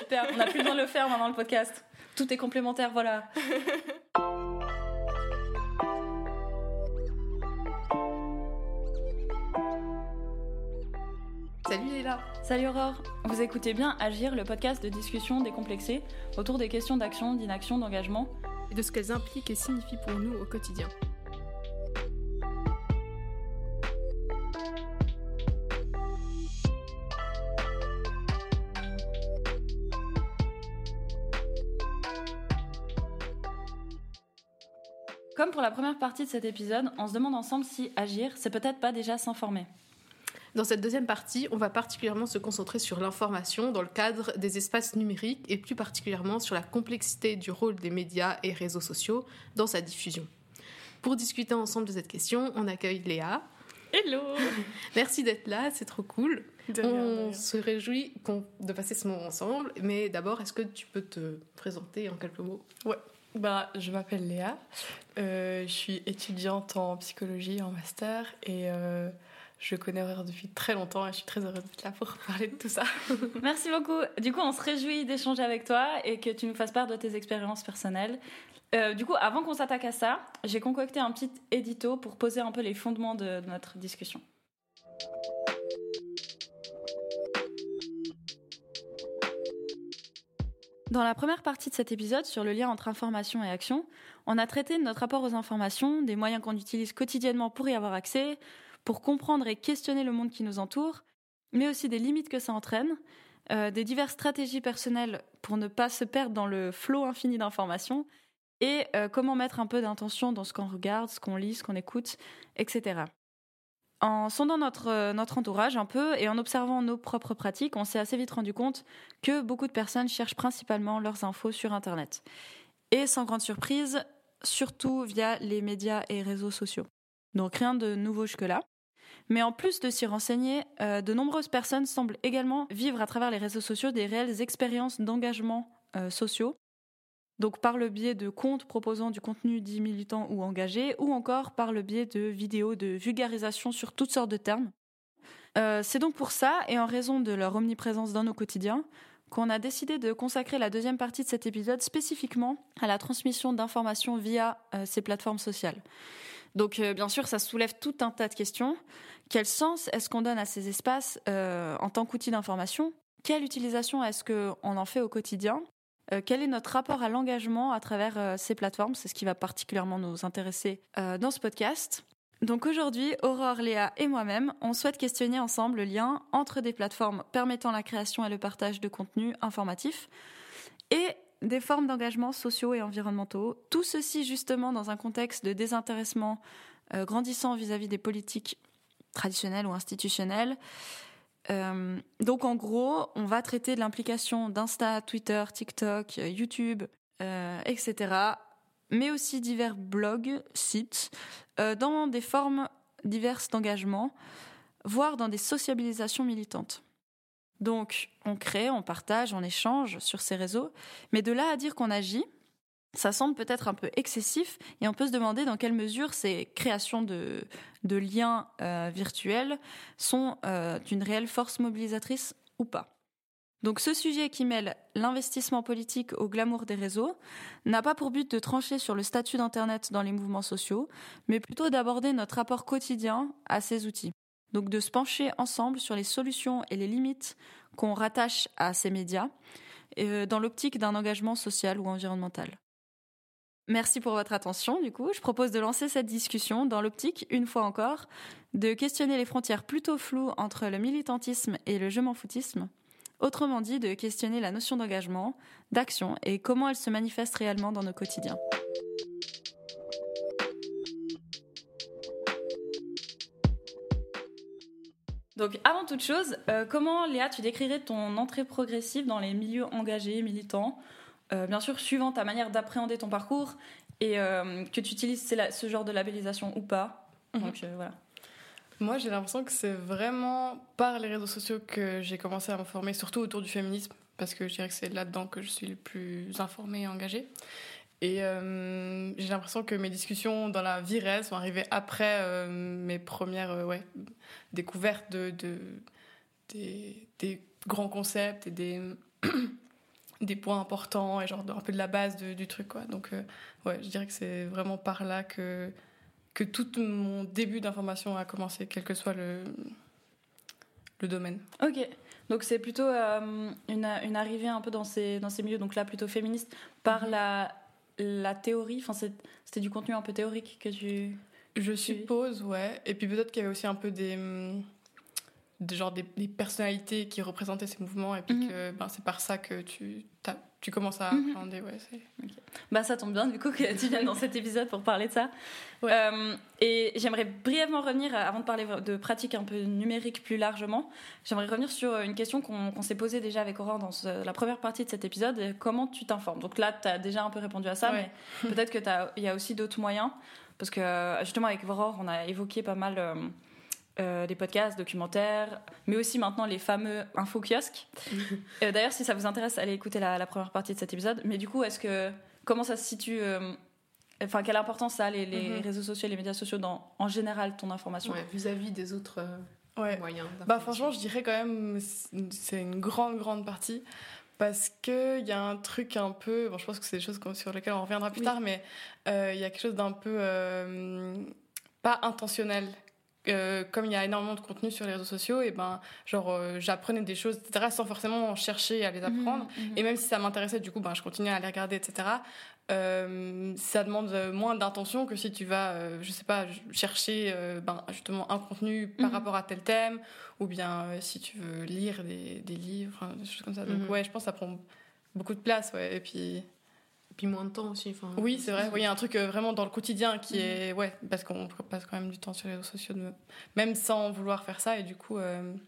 super, on n'a plus besoin de le faire maintenant, le podcast. Tout est complémentaire, voilà. Salut Léla. Salut Aurore. Vous écoutez bien Agir, le podcast de discussion décomplexée autour des questions d'action, d'inaction, d'engagement. Et de ce qu'elles impliquent et signifient pour nous au quotidien. Comme pour la première partie de cet épisode, on se demande ensemble si agir, c'est peut-être pas déjà s'informer. Dans cette deuxième partie, on va particulièrement se concentrer sur l'information dans le cadre des espaces numériques et plus particulièrement sur la complexité du rôle des médias et réseaux sociaux dans sa diffusion. Pour discuter ensemble de cette question, on accueille Léa. Hello. Merci d'être là, c'est trop cool. De rien, On se réjouit de passer ce moment ensemble, mais d'abord, est-ce que tu peux te présenter en quelques mots ? Ouais. Je m'appelle Léa, je suis étudiante en psychologie, en master, et je connais Aurore depuis très longtemps et je suis très heureuse d'être là pour parler de tout ça. Merci beaucoup. Du coup, on se réjouit d'échanger avec toi et que tu nous fasses part de tes expériences personnelles. Du coup, avant qu'on s'attaque à ça, j'ai concocté un petit édito pour poser un peu les fondements de notre discussion. Dans la première partie de cet épisode sur le lien entre information et action, on a traité de notre rapport aux informations, des moyens qu'on utilise quotidiennement pour y avoir accès, pour comprendre et questionner le monde qui nous entoure, mais aussi des limites que ça entraîne, des diverses stratégies personnelles pour ne pas se perdre dans le flot infini d'informations, et comment mettre un peu d'intention dans ce qu'on regarde, ce qu'on lit, ce qu'on écoute, etc. En sondant notre entourage un peu et en observant nos propres pratiques, on s'est assez vite rendu compte que beaucoup de personnes cherchent principalement leurs infos sur Internet. Et sans grande surprise, surtout via les médias et réseaux sociaux. Donc rien de nouveau jusque-là. Mais en plus de s'y renseigner, de nombreuses personnes semblent également vivre à travers les réseaux sociaux des réelles expériences d'engagement sociaux. Donc par le biais de comptes proposant du contenu dit militant ou engagé, ou encore par le biais de vidéos de vulgarisation sur toutes sortes de termes. C'est donc pour ça, et en raison de leur omniprésence dans nos quotidiens, qu'on a décidé de consacrer la deuxième partie de cet épisode spécifiquement à la transmission d'informations via ces plateformes sociales. Donc bien sûr, ça soulève tout un tas de questions. Quel sens est-ce qu'on donne à ces espaces en tant qu'outil d'information ? Quelle utilisation est-ce qu'on en fait au quotidien ? Quel est notre rapport à l'engagement à travers ces plateformes ? C'est ce qui va particulièrement nous intéresser dans ce podcast. Donc aujourd'hui, Aurore, Léa et moi-même, on souhaite questionner ensemble le lien entre des plateformes permettant la création et le partage de contenus informatifs et des formes d'engagement sociaux et environnementaux. Tout ceci justement dans un contexte de désintéressement grandissant vis-à-vis des politiques traditionnelles ou institutionnelles. Donc en gros, on va traiter de l'implication d'Insta, Twitter, TikTok, YouTube, etc. Mais aussi divers blogs, sites, dans des formes diverses d'engagement, voire dans des sociabilisations militantes. Donc on crée, on partage, on échange sur ces réseaux, mais de là à dire qu'on agit, ça semble peut-être un peu excessif et on peut se demander dans quelle mesure ces créations de liens virtuels sont d'une réelle force mobilisatrice ou pas. Donc ce sujet qui mêle l'investissement politique au glamour des réseaux n'a pas pour but de trancher sur le statut d'Internet dans les mouvements sociaux, mais plutôt d'aborder notre rapport quotidien à ces outils. Donc de se pencher ensemble sur les solutions et les limites qu'on rattache à ces médias dans l'optique d'un engagement social ou environnemental. Merci pour votre attention, du coup. Je propose de lancer cette discussion dans l'optique, une fois encore, de questionner les frontières plutôt floues entre le militantisme et le je m'en foutisme. Autrement dit, de questionner la notion d'engagement, d'action et comment elle se manifeste réellement dans nos quotidiens. Donc, avant toute chose, comment, Léa, tu décrirais ton entrée progressive dans les milieux engagés, militants ? Bien sûr, suivant ta manière d'appréhender ton parcours et que tu utilises ce genre de labellisation ou pas. Donc voilà. Moi, j'ai l'impression que c'est vraiment par les réseaux sociaux que j'ai commencé à me former, surtout autour du féminisme, parce que je dirais que c'est là-dedans que je suis le plus informée et engagée. Et j'ai l'impression que mes discussions dans la vie réelle sont arrivées après mes premières découvertes des grands concepts et des points importants et genre un peu de la base du truc, quoi. Donc, ouais, je dirais que c'est vraiment par là que tout mon début d'information a commencé, quel que soit le domaine. Ok, donc c'est plutôt une arrivée un peu dans ces milieux, donc là plutôt féministe, par la théorie, enfin c'était du contenu un peu théorique que tu... Je suppose, ouais. Et puis peut-être qu'il y avait aussi un peu des personnalités qui représentaient ces mouvements et puis que c'est par ça que tu commences à appréhender. Ouais, okay. Bah, ça tombe bien du coup que tu viennes dans cet épisode pour parler de ça. Ouais. Et j'aimerais brièvement revenir, avant de parler de pratiques un peu numériques plus largement, j'aimerais revenir sur une question qu'on s'est posée déjà avec Aurore dans la première partie de cet épisode. Comment tu t'informes? Donc là, tu as déjà un peu répondu à ça, ouais. Mais peut-être qu'il y a aussi d'autres moyens. Parce que justement avec Aurore, on a évoqué pas mal des podcasts, documentaires, mais aussi maintenant les fameux info-kiosques. D'ailleurs, si ça vous intéresse, allez écouter la première partie de cet épisode. Mais du coup, comment ça se situe quelle importance ça a les réseaux sociaux et les médias sociaux dans, en général, ton information vis-à-vis des autres moyens d'information? Bah, franchement, je dirais quand même c'est une grande partie. Parce qu'il y a un truc un peu... Bon, je pense que c'est des choses sur lesquelles on reviendra plus tard, mais il y a quelque chose d'un peu pas intentionnel. Comme il y a énormément de contenu sur les réseaux sociaux, et j'apprenais des choses, etc., sans forcément chercher à les apprendre. Et même si ça m'intéressait, du coup, je continuais à les regarder, etc. Ça demande moins d'intention que si tu vas, chercher justement un contenu par rapport à tel thème, ou bien si tu veux lire des livres, des choses comme ça. Donc ouais, je pense que ça prend beaucoup de place, ouais. Et puis moins de temps aussi. Oui, c'est vrai. Il y a un truc vraiment dans le quotidien qui est... Ouais, parce qu'on passe quand même du temps sur les réseaux sociaux, même sans vouloir faire ça. Et du coup,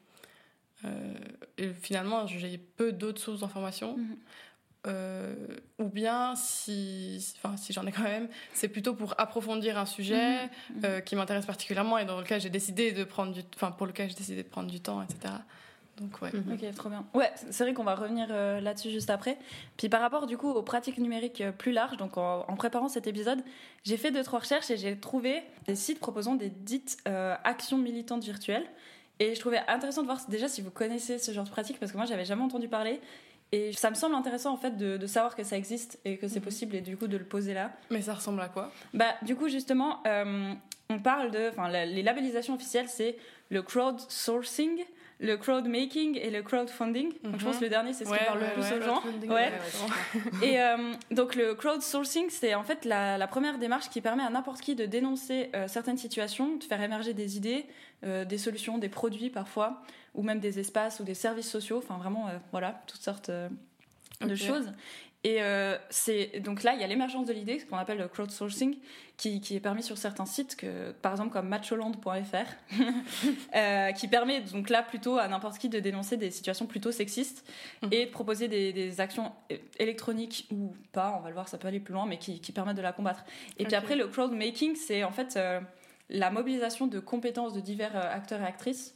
finalement, j'ai peu d'autres sources d'informations. Ou bien, si j'en ai quand même, c'est plutôt pour approfondir un sujet qui m'intéresse particulièrement et dans lequel j'ai décidé de prendre pour lequel j'ai décidé de prendre du temps, etc. Donc ouais. Ok, trop bien. Ouais, c'est vrai qu'on va revenir là-dessus juste après. Puis par rapport du coup aux pratiques numériques plus larges, donc en préparant cet épisode, j'ai fait 2-3 recherches et j'ai trouvé des sites proposant des dites actions militantes virtuelles. Et je trouvais intéressant de voir déjà si vous connaissez ce genre de pratique, parce que moi j'avais jamais entendu parler. Et ça me semble intéressant en fait de savoir que ça existe et que c'est possible et du coup de le poser là. Mais ça ressemble à quoi? Bah du coup justement, on parle les labellisations officielles, c'est le crowdsourcing, le crowdmaking et le crowdfunding. Donc je pense que le dernier c'est ce qui parle le plus aux gens. Et donc le crowdsourcing, c'est en fait la première démarche qui permet à n'importe qui de dénoncer certaines situations, de faire émerger des idées, des solutions, des produits parfois, ou même des espaces ou des services sociaux, enfin vraiment toutes sortes de choses. Et donc là, il y a l'émergence de l'idée, ce qu'on appelle le crowdsourcing, qui est permis sur certains sites, par exemple comme macholand.fr, qui permet donc là plutôt à n'importe qui de dénoncer des situations plutôt sexistes et de proposer des actions électroniques ou pas, on va le voir, ça peut aller plus loin, mais qui permettent de la combattre. Et puis après, le crowdmaking, c'est en fait la mobilisation de compétences de divers acteurs et actrices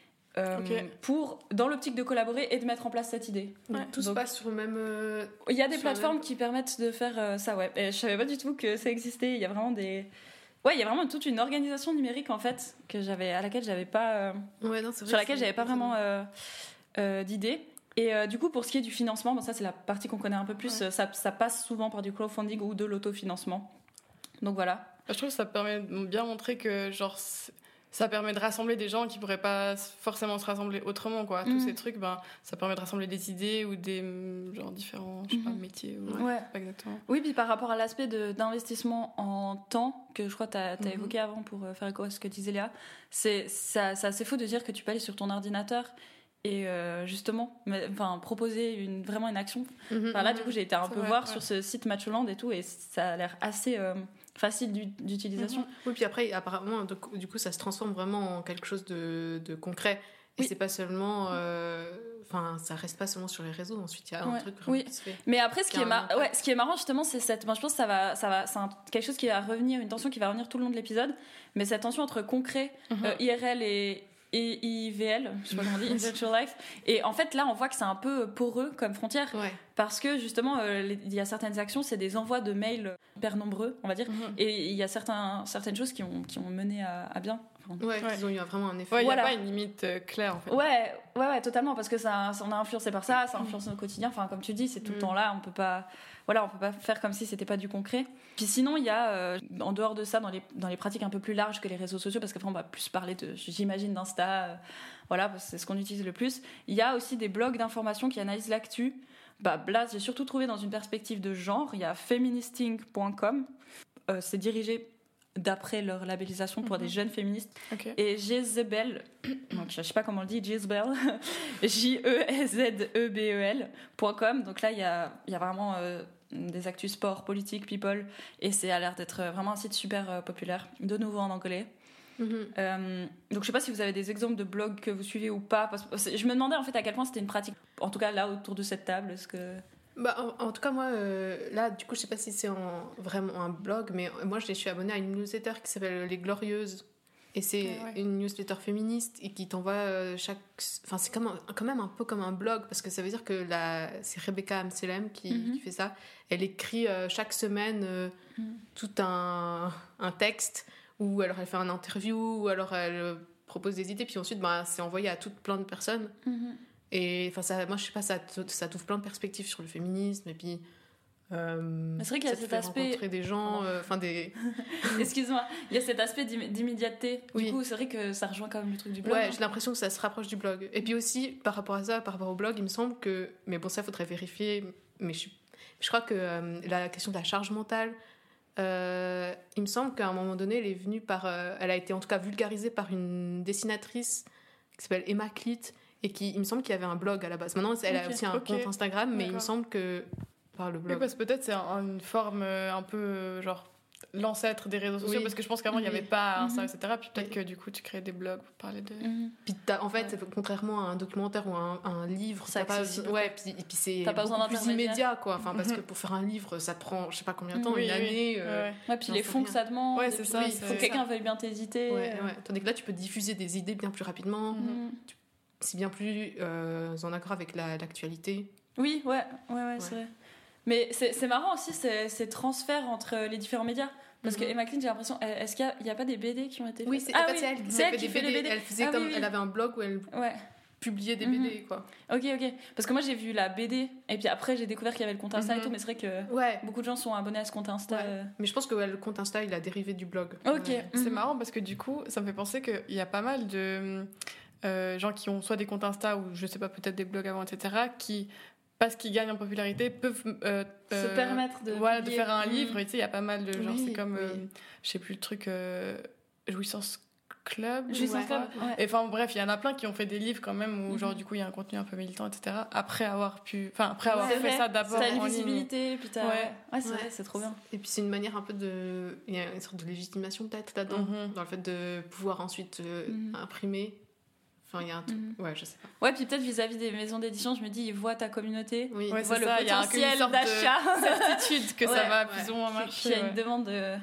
dans l'optique de collaborer et de mettre en place cette idée. Tout se passe sur le même... Il y a des plateformes qui permettent de faire ça, ouais. Et je savais pas du tout que ça existait. Il y a vraiment il y a vraiment toute une organisation numérique en fait à laquelle j'avais pas... sur laquelle j'avais pas vraiment d'idée. Et du coup, pour ce qui est du financement, ça c'est la partie qu'on connaît un peu plus. Ça passe souvent par du crowdfunding ou de l'autofinancement. Donc voilà. Je trouve que ça permet de bien montrer que ça permet de rassembler des gens qui pourraient pas forcément se rassembler autrement, quoi. Tous ces trucs, ça permet de rassembler des idées ou des différents métiers. Pas exactement. Oui, puis par rapport à l'aspect d'investissement en temps que je crois que tu as évoqué avant pour faire écho à ce que disait Léa, c'est assez faux de dire que tu peux aller sur ton ordinateur et justement proposer vraiment une action. Là, du coup, j'ai été un peu voir sur ce site Macholand et tout, et ça a l'air assez... facile d'utilisation. Oui, puis après, apparemment, du coup, ça se transforme vraiment en quelque chose de concret. Et c'est pas seulement... ça reste pas seulement sur les réseaux. Ensuite, il y a un truc vraiment qui se fait. Mais après, ce qui est marrant, justement, c'est cette... je pense que c'est quelque chose qui va revenir, une tension qui va revenir tout le long de l'épisode. Mais cette tension entre concret, IRL et IVL, je sais pas comment on dit, Virtual Life. Et en fait, là, on voit que c'est un peu poreux comme frontière. parce que justement, il y a certaines actions, c'est des envois de mails hyper nombreux, on va dire, et il y a certaines choses qui ont mené à bien. Ils ont eu vraiment un effet. Ouais, il n'y a pas une limite claire, en fait. Ouais, totalement, parce que ça, on a influencé par ça influence notre quotidien. Enfin, comme tu dis, c'est tout le temps là. On peut pas faire comme si c'était pas du concret. Puis sinon, il y a, en dehors de ça, dans les pratiques un peu plus larges que les réseaux sociaux, parce qu'après on va plus parler j'imagine, d'Insta. Voilà, c'est ce qu'on utilise le plus. Il y a aussi des blogs d'information qui analysent l'actu. Là, j'ai surtout trouvé dans une perspective de genre. Il y a feministing.com. C'est dirigé d'après leur labellisation pour des jeunes féministes. Okay. Et Jezebel, donc je sais pas comment on le dit, Jezebel, Jezebel.com. Donc là, il y a vraiment des actus sport, politique, people, et c'est a l'air d'être vraiment un site super populaire, de nouveau en anglais. Donc je sais pas si vous avez des exemples de blogs que vous suivez ou pas, parce que je me demandais en fait à quel point c'était une pratique, en tout cas là autour de cette table. Est-ce que en tout cas moi là du coup je sais pas si c'est vraiment un blog, mais moi je suis abonnée à une newsletter qui s'appelle Les Glorieuses, et c'est une newsletter féministe et qui t'envoie enfin c'est quand même un peu comme un blog, parce que ça veut dire que c'est Rebecca Amselem qui fait ça. Elle écrit chaque semaine tout un texte, ou alors elle fait un interview, ou alors elle propose des idées, puis ensuite c'est envoyé à plein de personnes. Et enfin, moi je sais pas, ça t'ouvre plein de perspectives sur le féminisme, et puis c'est vrai qu'il y a cet aspect rencontrer des gens, excuse-moi, il y a cet aspect d'immédiateté. Du coup c'est vrai que ça rejoint quand même le truc du blog. J'ai l'impression que ça se rapproche du blog. Et puis aussi par rapport à ça, par rapport au blog, il me semble que, mais bon, ça faudrait vérifier, mais je crois que la question de la charge mentale, il me semble qu'à un moment donné elle est venue elle a été en tout cas vulgarisée par une dessinatrice qui s'appelle Emma Clit, et il me semble qu'il y avait un blog à la base. Maintenant elle a aussi un compte Instagram, mais il me semble que par le blog. Oui, parce que peut-être c'est une forme un peu genre l'ancêtre des réseaux sociaux, parce que je pense qu'avant il n'y avait pas Insta, etc. Puis peut-être que du coup tu crées des blogs pour parler de... Puis en fait, contrairement à un documentaire ou un livre, c'est accessible. Puis c'est pas besoin plus immédiat, quoi. Enfin, parce que pour faire un livre, ça te prend je sais pas combien de temps, une année. Puis les fonds que ça demande. C'est ça. Il faut que quelqu'un veuille bien tes idées. Tandis que là, tu peux diffuser des idées bien plus rapidement. C'est bien plus en accord avec l'actualité. Oui, c'est vrai. Mais c'est marrant aussi ces transferts entre les différents médias. Parce que Emma Clean, j'ai l'impression, est-ce qu'il n'y a pas des BD qui ont été faites? C'est elle qui fait des BD. Elle faisait elle avait un blog où elle publiait des BD, quoi. Ok. Parce que moi j'ai vu la BD, et puis après j'ai découvert qu'il y avait le compte Insta et tout, mais c'est vrai que beaucoup de gens sont abonnés à ce compte Insta. Mais je pense que le compte Insta il a dérivé du blog. Ok. C'est marrant parce que du coup ça me fait penser qu'il y a pas mal de gens qui ont soit des comptes Insta ou je sais pas, peut-être des blogs avant, etc., qui, parce qu'ils gagnent en popularité, peuvent se permettre de faire un livre. Et tu sais, il y a pas mal de genre, c'est comme je sais plus le truc Jouissance Club. Et enfin bref, il y en a plein qui ont fait des livres quand même où genre du coup il y a un contenu un peu militant, etc., après avoir fait ça d'abord t'as en une visibilité, puis t'as... c'est vrai, c'est trop bien. Et puis c'est une manière un peu il y a une sorte de légitimation peut-être là-dedans, dans le fait de pouvoir ensuite imprimer. Enfin, il y a un truc... je sais pas. Puis peut-être vis-à-vis des maisons d'édition, je me dis, ils voient ta communauté, ils voient le potentiel d'achat. Certitude que ça va plus ou moins marcher. Il y a une demande de...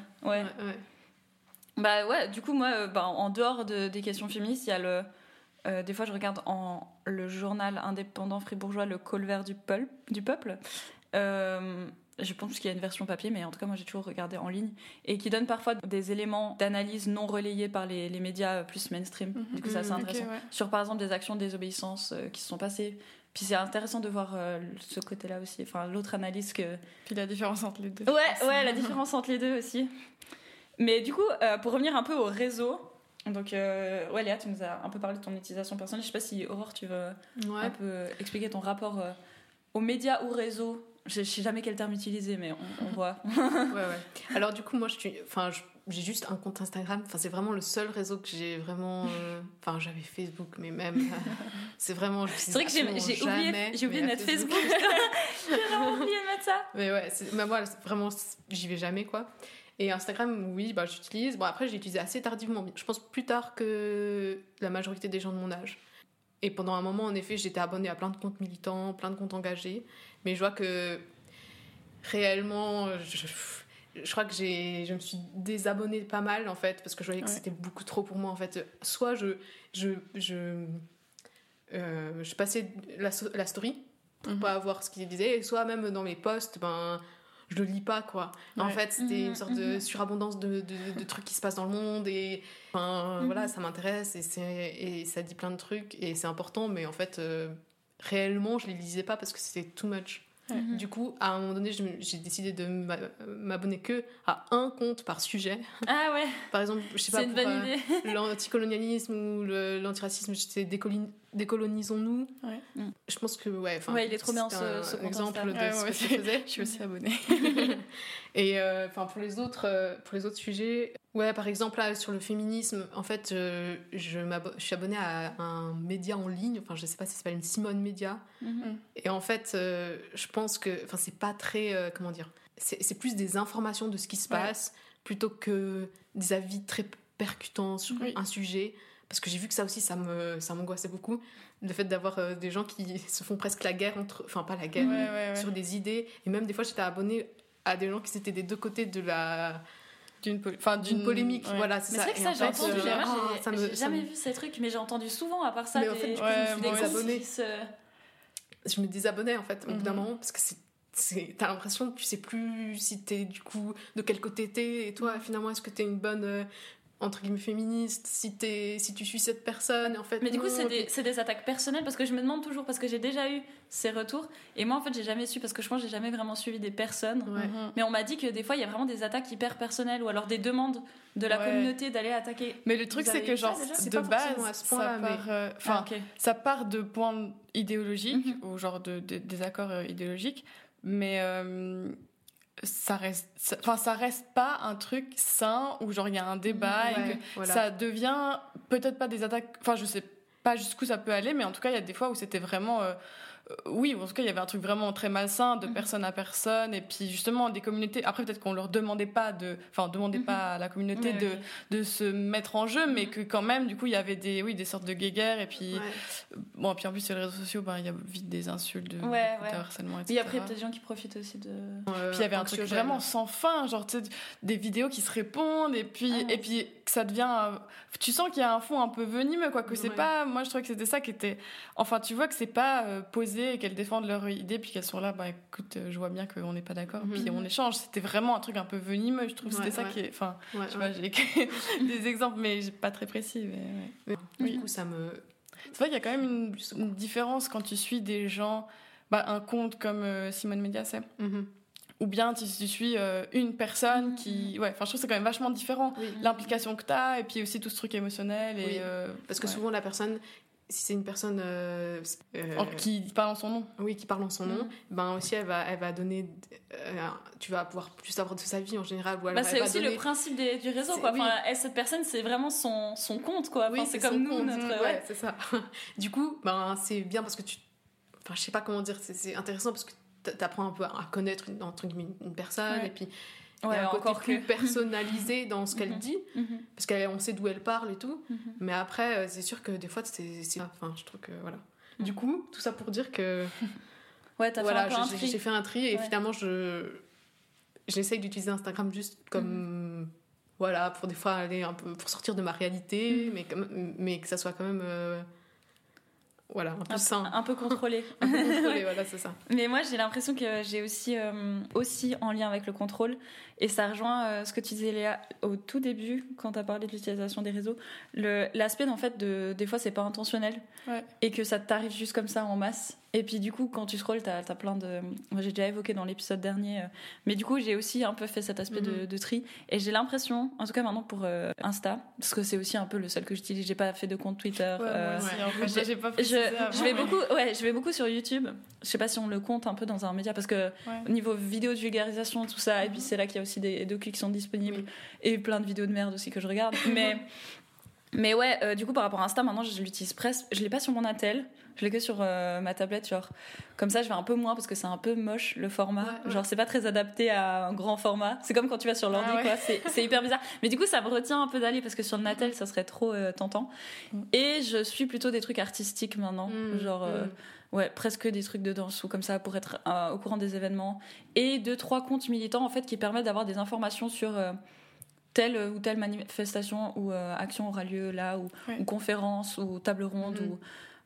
Du coup, moi, en dehors des questions féministes, il y a des fois, je regarde le journal indépendant fribourgeois, le Colvert du Peuple. Je pense qu'il y a une version papier, mais en tout cas, moi, j'ai toujours regardé en ligne, et qui donne parfois des éléments d'analyse non relayés par les médias plus mainstream. Du coup, ça, c'est intéressant. Sur, par exemple, des actions de désobéissance qui se sont passées. Puis c'est intéressant de voir ce côté-là aussi, enfin, l'autre analyse que... Puis la différence entre les deux. La différence entre les deux aussi. Mais du coup, pour revenir un peu au réseau, donc Léa, tu nous as un peu parlé de ton utilisation personnelle. Je sais pas si Aurore, tu veux un peu expliquer ton rapport aux médias ou réseau. Je sais jamais quel terme utiliser, mais on voit. Alors du coup, moi, j'ai juste un compte Instagram. Enfin, c'est vraiment le seul réseau que j'ai vraiment... Enfin, j'avais Facebook, mais même... c'est vraiment... C'est vrai que j'ai oublié de mettre Facebook. J'ai vraiment oublié de mettre ça. Mais moi, vraiment, j'y vais jamais, quoi. Et Instagram, oui, j'utilise. Bon, après, j'ai utilisé assez tardivement. Je pense plus tard que la majorité des gens de mon âge. Et pendant un moment, en effet, j'étais abonnée à plein de comptes militants, plein de comptes engagés. Mais je vois que réellement, je crois que je me suis désabonnée pas mal, en fait, parce que je voyais que c'était beaucoup trop pour moi, en fait. Soit je passais la story, pour pas voir ce qu'ils disaient, et soit même dans mes posts, je le lis pas, quoi. Ouais. En fait, c'était une sorte de surabondance de trucs qui se passent dans le monde, et voilà, ça m'intéresse, et ça dit plein de trucs, et c'est important, mais en fait, réellement, je les lisais pas parce que c'était too much. Du coup, à un moment donné, j'ai décidé de m'abonner que à un compte par sujet. Ah ouais. Par exemple, je sais pas, C'est une bonne idée. l'anticolonialisme ou l'antiracisme, c'est décolonisons-nous. Ouais. Je pense que il est trop bien ce compte exemple de Insta. ce que je faisais. Je suis aussi abonnée. Et pour les autres sujets, par exemple là sur le féminisme, en fait, je suis abonnée à un média en ligne. Enfin, je sais pas si ça s'appelle une Simone Média. Et en fait, je pense que, c'est pas très, comment dire, c'est plus des informations de ce qui se passe plutôt que des avis très percutants sur un sujet. Parce que j'ai vu que ça aussi, ça m'angoissait beaucoup. Le fait d'avoir des gens qui se font presque la guerre pas la guerre, sur des idées. Et même des fois, j'étais abonnée à des gens qui étaient des deux côtés de d'une polémique. Voilà, c'est mais ça. c'est vrai que ça, j'ai entendu. J'ai jamais vu ces trucs, mais j'ai entendu souvent à part ça. Mais en fait, du coup, je me suis désabonnée. désabonnée. Je me désabonnais, en fait, au bout d'un moment, parce que t'as l'impression que tu sais plus si t'es, du coup, de quel côté t'es, et toi, finalement, est-ce que t'es une bonne entre guillemets féministe, si tu suis cette personne, en fait. Mais du coup, c'est des attaques personnelles, parce que je me demande toujours, parce que j'ai déjà eu ces retours, et moi en fait j'ai jamais su, parce que je pense que j'ai jamais vraiment suivi des personnes, mais on m'a dit que des fois il y a vraiment des attaques hyper personnelles, ou alors des demandes de la communauté d'aller attaquer. Mais le truc c'est que genre de base ça part de points idéologiques ou genre de désaccords idéologiques, mais ça reste pas un truc sain où genre il y a un débat et que ça devient peut-être pas des attaques, enfin je sais pas jusqu'où ça peut aller, mais en tout cas il y a des fois où c'était vraiment oui, en tout cas il y avait un truc vraiment très malsain de personne à personne, et puis justement des communautés, après peut-être qu'on leur demandait pas pas à la communauté de se mettre en jeu, mais que quand même du coup il y avait des sortes de guéguerres, et puis bon, puis en plus sur les réseaux sociaux il y a vite des insultes, de harcèlement, etc. Et après peut-être des gens qui profitent aussi de puis il y avait un truc vraiment sans fin, genre tu sais, des vidéos qui se répondent, et puis que ça devient tu sens qu'il y a un fond un peu venimeux, quoi, que c'est pas, moi je trouvais que c'était ça qui était, enfin tu vois que c'est pas posé et qu'elles défendent leur idée, puis qu'elles sont là, écoute, je vois bien qu'on n'est pas d'accord, puis on échange. C'était vraiment un truc un peu venimeux, je trouve. C'était ça qui est, enfin, tu vois, j'ai des exemples, mais pas très précis. Mais du coup, ça me... C'est vrai qu'il y a quand même une différence quand tu suis des gens, un compte comme Simone Média, c'est... ou bien tu suis une personne qui... je trouve que c'est quand même vachement différent, l'implication que t'as, et puis aussi tout ce truc émotionnel. Et, parce que souvent, la personne... Si c'est une personne qui parle en son nom, qui parle en son nom, aussi elle va donner, tu vas pouvoir plus savoir de sa vie en général. Ou alors c'est aussi le principe du réseau, quoi. Cette personne, c'est vraiment son compte, quoi. C'est comme nous, notre... c'est ça. Du coup, c'est bien parce que je sais pas comment dire, c'est intéressant parce que t'apprends un peu à connaître une personne, et puis il y a un côté plus personnalisé dans ce qu'elle dit, parce qu'on sait d'où elle parle et tout, mais après c'est sûr que des fois je trouve que voilà. Du coup, tout ça pour dire que j'ai fait un tri, et finalement j'essaye d'utiliser Instagram juste comme pour des fois aller un peu, pour sortir de ma réalité, mais que ça soit quand même un peu sain, un peu contrôlé. Voilà, c'est ça. Mais moi j'ai l'impression que j'ai aussi en lien avec le contrôle, et ça rejoint ce que tu disais, Léa, au tout début quand tu as parlé de l'utilisation des réseaux, l'aspect d'en fait des fois c'est pas intentionnel, et que ça t'arrive juste comme ça en masse, et puis du coup quand tu scrolles t'as plein de... Moi j'ai déjà évoqué dans l'épisode dernier, mais du coup j'ai aussi un peu fait cet aspect de tri, et j'ai l'impression, en tout cas maintenant pour Insta, parce que c'est aussi un peu le seul que j'utilise, j'ai pas fait de compte Twitter, j'ai pas je vais beaucoup sur YouTube. Je sais pas si on le compte un peu dans un média, parce que au niveau vidéo de vulgarisation, tout ça, et puis c'est là qu'il y a aussi des docus qui sont disponibles, et plein de vidéos de merde aussi que je regarde. Mais du coup par rapport à Insta, maintenant je l'utilise presque, je l'ai pas sur mon attel, je l'ai que sur ma tablette, genre comme ça je vais un peu moins, parce que c'est un peu moche le format, genre c'est pas très adapté à un grand format, c'est comme quand tu vas sur l'ordi, quoi, c'est hyper bizarre, mais du coup ça me retient un peu d'aller, parce que sur le attel ça serait trop tentant, et je suis plutôt des trucs artistiques maintenant, genre presque des trucs de danse ou comme ça, pour être au courant des événements, et 2-3 comptes militants en fait qui permettent d'avoir des informations sur telle ou telle manifestation ou action aura lieu là, ou conférence ou table ronde, ou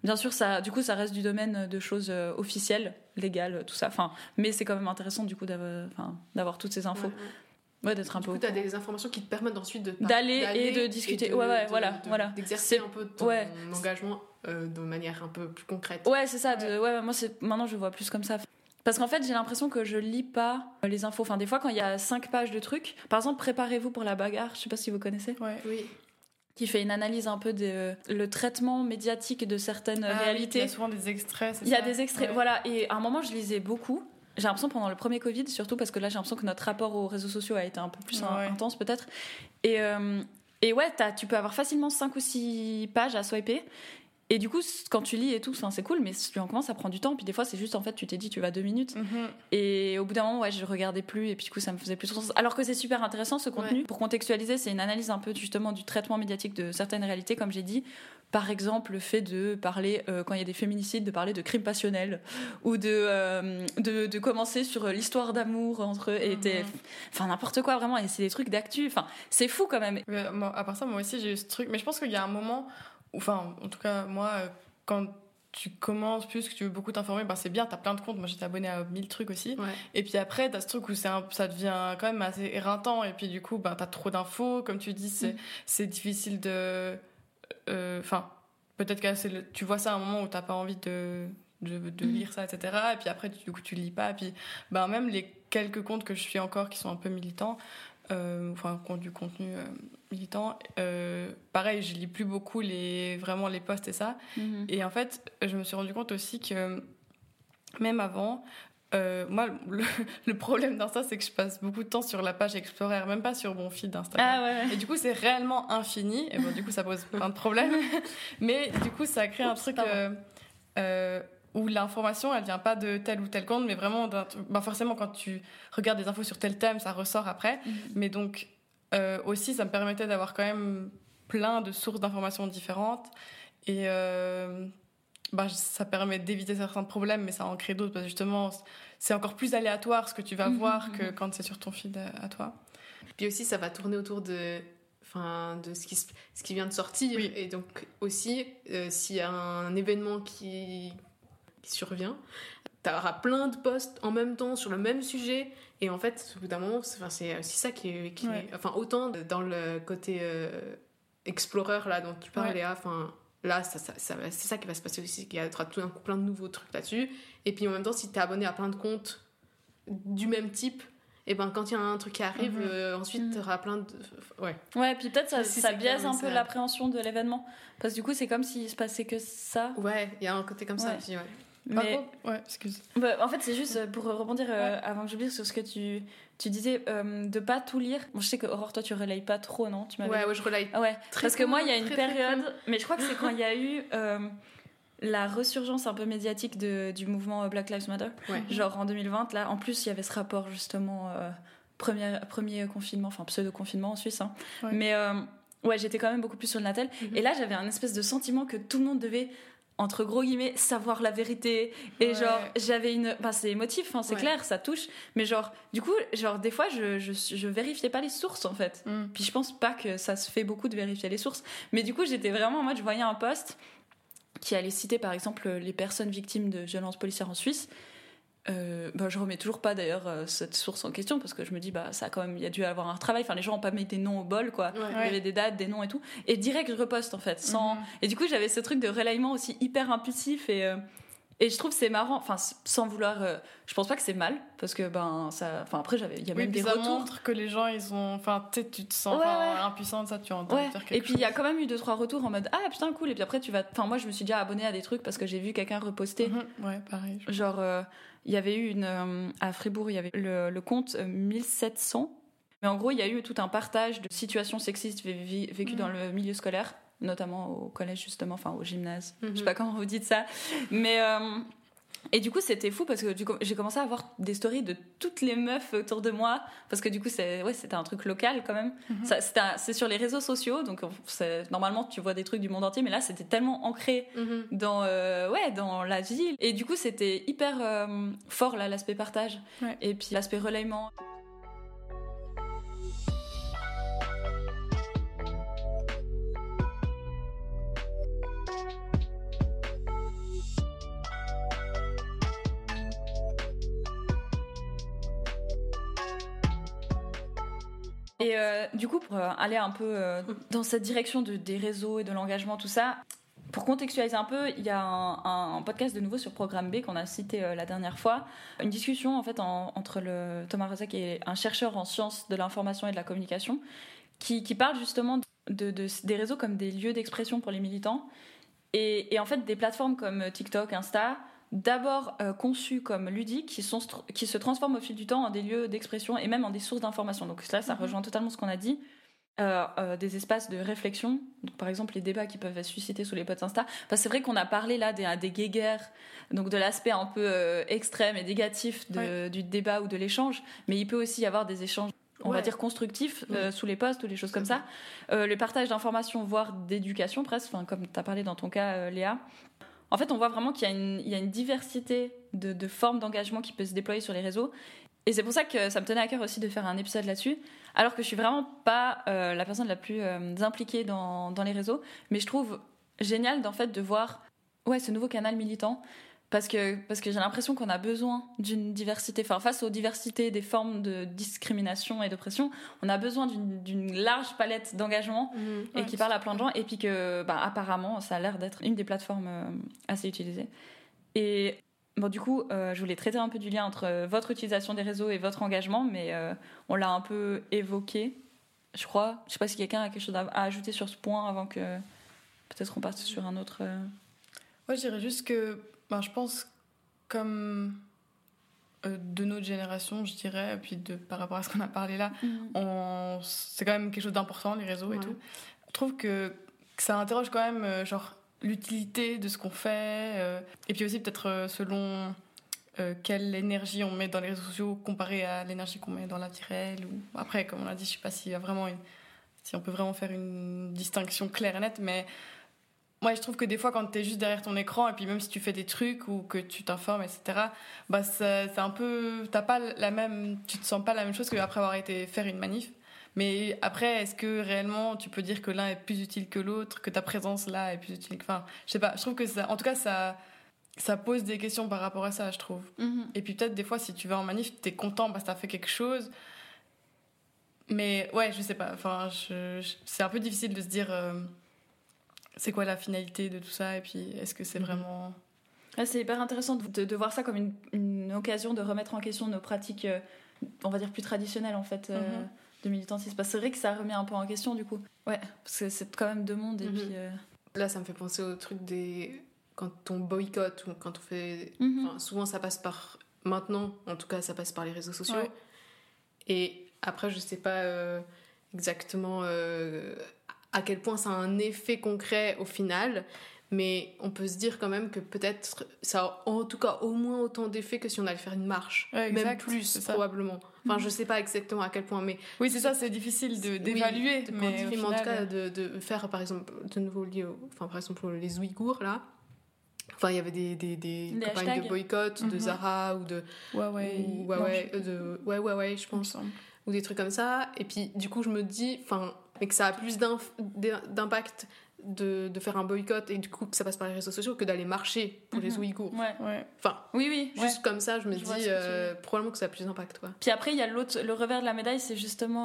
Bien sûr, ça reste du domaine de choses officielles, légales, tout ça. Enfin, mais c'est quand même intéressant du coup d'avoir toutes ces infos. Ouais, d'être un peu. Du coup, t'as des informations qui te permettent ensuite d'aller et de discuter. Voilà. D'exercer un peu ton engagement de manière un peu plus concrète. Ouais, c'est ça. Moi, maintenant, je vois plus comme ça. Parce qu'en fait, j'ai l'impression que je lis pas les infos. Enfin, des fois, quand il y a 5 pages de trucs, par exemple, Préparez-vous pour la bagarre, je sais pas si vous connaissez. Ouais. Oui. Qui fait une analyse un peu le traitement médiatique de certaines réalités. Il y a souvent des extraits. Il y a des extraits, voilà. Et à un moment, je lisais beaucoup. J'ai l'impression pendant le premier Covid, surtout parce que là, j'ai l'impression que notre rapport aux réseaux sociaux a été un peu plus intense peut-être. Et ouais, tu peux avoir facilement 5 ou 6 pages à swiper. Et du coup, quand tu lis et tout, c'est cool, mais si on commence, ça prend du temps. Puis des fois, c'est juste, en fait, tu t'es dit, tu vas 2 minutes. Et au bout d'un moment, ouais, je regardais plus. Et puis du coup, ça me faisait plus sens. Alors que c'est super intéressant, ce contenu. Ouais. Pour contextualiser, c'est une analyse un peu, justement, du traitement médiatique de certaines réalités, comme j'ai dit. Par exemple, le fait de parler, quand il y a des féminicides, de parler de crimes passionnels. Ou de commencer sur l'histoire d'amour entre eux. Enfin, n'importe quoi, vraiment. Et c'est des trucs d'actu. Enfin, c'est fou, quand même. À part ça, moi aussi, j'ai eu ce truc. Mais je pense qu'il y a un moment... Enfin, en tout cas, moi, quand tu commences plus, que tu veux beaucoup t'informer, c'est bien, t'as plein de comptes. Moi, j'étais abonnée à 1000 trucs aussi. Ouais. Et puis après, t'as ce truc où ça devient quand même assez éreintant. Et puis du coup, t'as trop d'infos. Comme tu dis, c'est difficile de... Enfin, peut-être que tu vois ça à un moment où t'as pas envie de lire ça, etc. Et puis après, du coup, tu lis pas. Et puis, même les quelques comptes que je suis encore qui sont un peu militants, du contenu militant, pareil, je lis plus beaucoup les posts et ça. Et en fait, je me suis rendu compte aussi que même avant, moi, le problème d'Insta, c'est que je passe beaucoup de temps sur la page Explorer, même pas sur mon feed d'Instagram. Et du coup, c'est réellement infini. Et du coup, ça pose plein de problèmes. Mais du coup, ça crée un truc... où l'information, elle vient pas de tel ou tel compte, mais vraiment, forcément, quand tu regardes des infos sur tel thème, ça ressort après. Mais donc, aussi, ça me permettait d'avoir quand même plein de sources d'informations différentes. Et ça permet d'éviter certains problèmes, mais ça en crée d'autres, parce que justement, c'est encore plus aléatoire ce que tu vas voir que quand c'est sur ton feed à toi. Puis aussi, ça va tourner autour de ce qui vient de sortir. Oui. Et donc, aussi, s'il y a un événement qui survient, t'auras plein de posts en même temps sur le même sujet, et en fait au bout d'un moment c'est aussi ça qui est autant dans le côté Explorer là dont tu parlais, Léa, là c'est ça qui va se passer aussi, qu'il y aura tout d'un coup plein de nouveaux trucs là-dessus. Et puis en même temps, si t'es abonné à plein de comptes du même type, et quand il y a un truc qui arrive, ensuite t'auras plein de... Ouais, puis peut-être ça biaise un peu l'appréhension de l'événement, parce que du coup c'est comme s'il se passait que ça. Ouais, il y a un côté comme ça aussi, Mais excuse. En fait, c'est juste pour rebondir avant que j'oublie sur ce que tu disais, de pas tout lire. Bon, je sais que Aurore, toi, tu relayes pas trop, non? Ouais, je relaye. Parce que moi, il y a une période, mais je crois que c'est quand il y a eu la resurgence un peu médiatique du mouvement Black Lives Matter, genre en 2020. Là, en plus, il y avait ce rapport justement premier confinement, enfin pseudo-confinement en Suisse. Hein. Mais j'étais quand même beaucoup plus sur le Natel. Et là, j'avais un espèce de sentiment que tout le monde devait, entre gros guillemets, savoir la vérité. Et genre, j'avais c'est émotif, c'est clair, ça touche. Mais du coup, des fois, je vérifiais pas les sources, en fait. Puis je pense pas que ça se fait beaucoup de vérifier les sources. Mais du coup, j'étais vraiment en mode, je voyais un post qui allait citer, par exemple, les personnes victimes de violences policières en Suisse. Je remets toujours pas d'ailleurs cette source en question, parce que je me dis ça quand même, il y a dû avoir un travail, les gens ont pas mis des noms au bol quoi, il y avait des dates, des noms et tout, et direct je reposte en fait sans... Et du coup j'avais ce truc de relayement aussi hyper impulsif, et je trouve que c'est marrant, sans vouloir, je pense pas que c'est mal, parce que après il y a même des retours. Ça montre que les gens ils ont, tu te sens impuissant de ça, tu entends dire quelque chose. Et puis il y a quand même eu 2-3 retours en mode putain cool, et puis après moi je me suis déjà abonnée à des trucs parce que j'ai vu quelqu'un reposter. Pareil. Genre il y avait eu à Fribourg, il y avait le compte 1700. Mais en gros, il y a eu tout un partage de situations sexistes vécues dans le milieu scolaire, notamment au collège justement, au gymnase. Je sais pas comment vous dites ça. Mais et du coup, c'était fou parce que j'ai commencé à avoir des stories de toutes les meufs autour de moi, parce que du coup, c'était un truc local quand même. C'est sur les réseaux sociaux, donc normalement, tu vois des trucs du monde entier, mais là, c'était tellement ancré dans la ville. Et du coup, c'était hyper fort là, l'aspect partage. Et puis l'aspect relayement. Et du coup, pour aller un peu dans cette direction des réseaux et de l'engagement, tout ça, pour contextualiser un peu, il y a un podcast de nouveau sur Programme B qu'on a cité la dernière fois. Une discussion en fait entre Thomas Rozek et un chercheur en sciences de l'information et de la communication qui parle justement des réseaux comme des lieux d'expression pour les militants. Et en fait, des plateformes comme TikTok, Insta, d'abord conçues comme ludiques, qui se transforment au fil du temps en des lieux d'expression et même en des sources d'information. Donc là, ça rejoint totalement ce qu'on a dit. Des espaces de réflexion, donc par exemple les débats qui peuvent être suscités sous les posts Insta. Enfin, c'est vrai qu'on a parlé là des guéguerres, donc de l'aspect un peu extrême et négatif du débat ou de l'échange, mais il peut aussi y avoir des échanges on va dire constructifs sous les posts ou des choses comme ça. Le partage d'informations, voire d'éducation presque, comme tu as parlé dans ton cas Léa. En fait, on voit vraiment qu'il y a une diversité de formes d'engagement qui peut se déployer sur les réseaux. Et c'est pour ça que ça me tenait à cœur aussi de faire un épisode là-dessus, alors que je suis vraiment pas la personne la plus impliquée dans les réseaux, mais je trouve génial d'en fait de voir ce nouveau canal militant, parce que j'ai l'impression qu'on a besoin d'une diversité, face aux diversités des formes de discrimination et d'oppression, on a besoin d'une large palette d'engagement et qui parle à plein de gens, et puis que apparemment ça a l'air d'être une des plateformes assez utilisées. Et bon, du coup, je voulais traiter un peu du lien entre votre utilisation des réseaux et votre engagement, mais on l'a un peu évoqué, je crois. Je sais pas si quelqu'un a quelque chose à ajouter sur ce point avant que peut-être on passe sur un autre. Moi, je dirais juste que je pense comme de notre génération, je dirais, et puis par rapport à ce qu'on a parlé là, c'est quand même quelque chose d'important, les réseaux et tout. Je trouve que ça interroge quand même, l'utilité de ce qu'on fait, et puis aussi peut-être selon quelle énergie on met dans les réseaux sociaux comparé à l'énergie qu'on met dans la vie réelle. Ou... Après, comme on l'a dit, je sais pas s'il y a vraiment si on peut vraiment faire une distinction claire et nette, mais moi je trouve que des fois quand t'es juste derrière ton écran, et puis même si tu fais des trucs ou que tu t'informes, etc., c'est un peu, tu te sens pas la même chose qu'après avoir été faire une manif. Mais après, est-ce que réellement tu peux dire que l'un est plus utile que l'autre, que ta présence là est plus utile que... Enfin, je sais pas, je trouve que ça, en tout cas, ça pose des questions par rapport à ça, je trouve. Et puis peut-être des fois, si tu vas en manif, t'es content parce que t'as fait quelque chose. Mais je sais pas, c'est un peu difficile de se dire c'est quoi la finalité de tout ça, et puis est-ce que c'est vraiment... C'est hyper intéressant de voir ça comme une occasion de remettre en question nos pratiques, on va dire plus traditionnelles en fait. De militantisme. C'est vrai que ça remet un peu en question du coup. Parce que c'est quand même deux mondes. Et puis, Là, ça me fait penser au truc quand on boycotte ou quand on fait... souvent, ça passe par... Maintenant, en tout cas, ça passe par les réseaux sociaux. Ouais. Et après, je sais pas exactement à quel point ça a un effet concret au final, mais on peut se dire quand même que peut-être ça a en tout cas au moins autant d'effet que si on allait faire une marche. Exact, même plus, probablement. Enfin, je sais pas exactement à quel point, mais... Oui, c'est ça, c'est difficile d'évaluer. Mais en tout cas, de faire, par exemple, de nouveau lié par exemple, les Ouïghours, là. Enfin, il y avait des campagnes hashtags de boycott de Zara ou de... Huawei, je pense. Ou des trucs comme ça. Et puis, du coup, je me dis... mais que ça a plus d'impact de faire un boycott et du coup que ça passe par les réseaux sociaux que d'aller marcher pour les Ouïghours. Oui. Juste comme ça, je me dis probablement que ça a plus d'impact. Puis après, il y a le revers de la médaille, c'est justement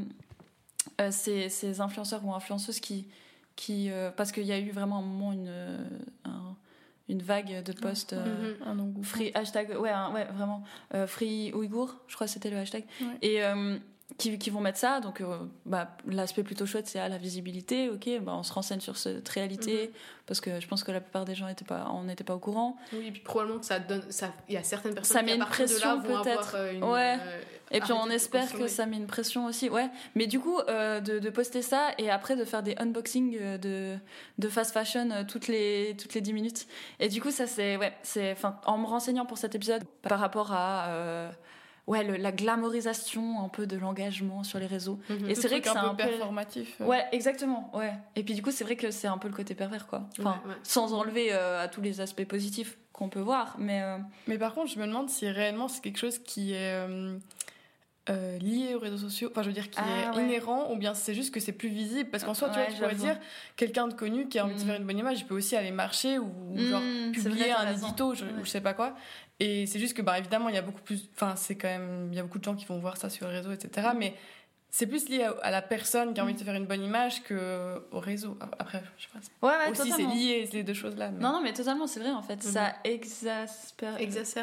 ces influenceurs ou influenceuses qui parce qu'il y a eu vraiment un moment une vague de posts free hashtag vraiment free Ouïghour, je crois que c'était le hashtag, et qui vont mettre ça, donc l'aspect plutôt chouette, c'est la visibilité. On se renseigne sur cette réalité, parce que je pense que la plupart des gens n'étaient pas au courant. Oui, et puis probablement que il y a certaines personnes ça met qui à une partir pression de là vont peut-être avoir et puis on espère que ça met une pression aussi, mais du coup de poster ça et après de faire des unboxings de fast fashion toutes les 10 minutes, et du coup ça c'est en me renseignant pour cet épisode par rapport à la glamorisation un peu de l'engagement sur les réseaux. Et c'est vrai que c'est un peu performatif. Exactement. Et puis du coup, c'est vrai que c'est un peu le côté pervers, quoi. Sans enlever à tous les aspects positifs qu'on peut voir, mais par contre, je me demande si réellement c'est quelque chose qui est lié aux réseaux sociaux, je veux dire qui est inhérent, ou bien c'est juste que c'est plus visible, parce qu'en soi tu pourrais dire quelqu'un de connu qui a envie de se faire une bonne image, il peut aussi aller marcher ou genre publier un édito, je sais pas quoi, et c'est juste que évidemment il y a beaucoup plus, il y a beaucoup de gens qui vont voir ça sur les réseaux, etc., mais c'est plus lié à la personne qui a envie de se faire une bonne image qu'au réseau. Après, je sais pas. Ouais, aussi, totalement. c'est lié, ces deux choses-là. Mais... Non, mais totalement, c'est vrai, en fait. Ça exacerbe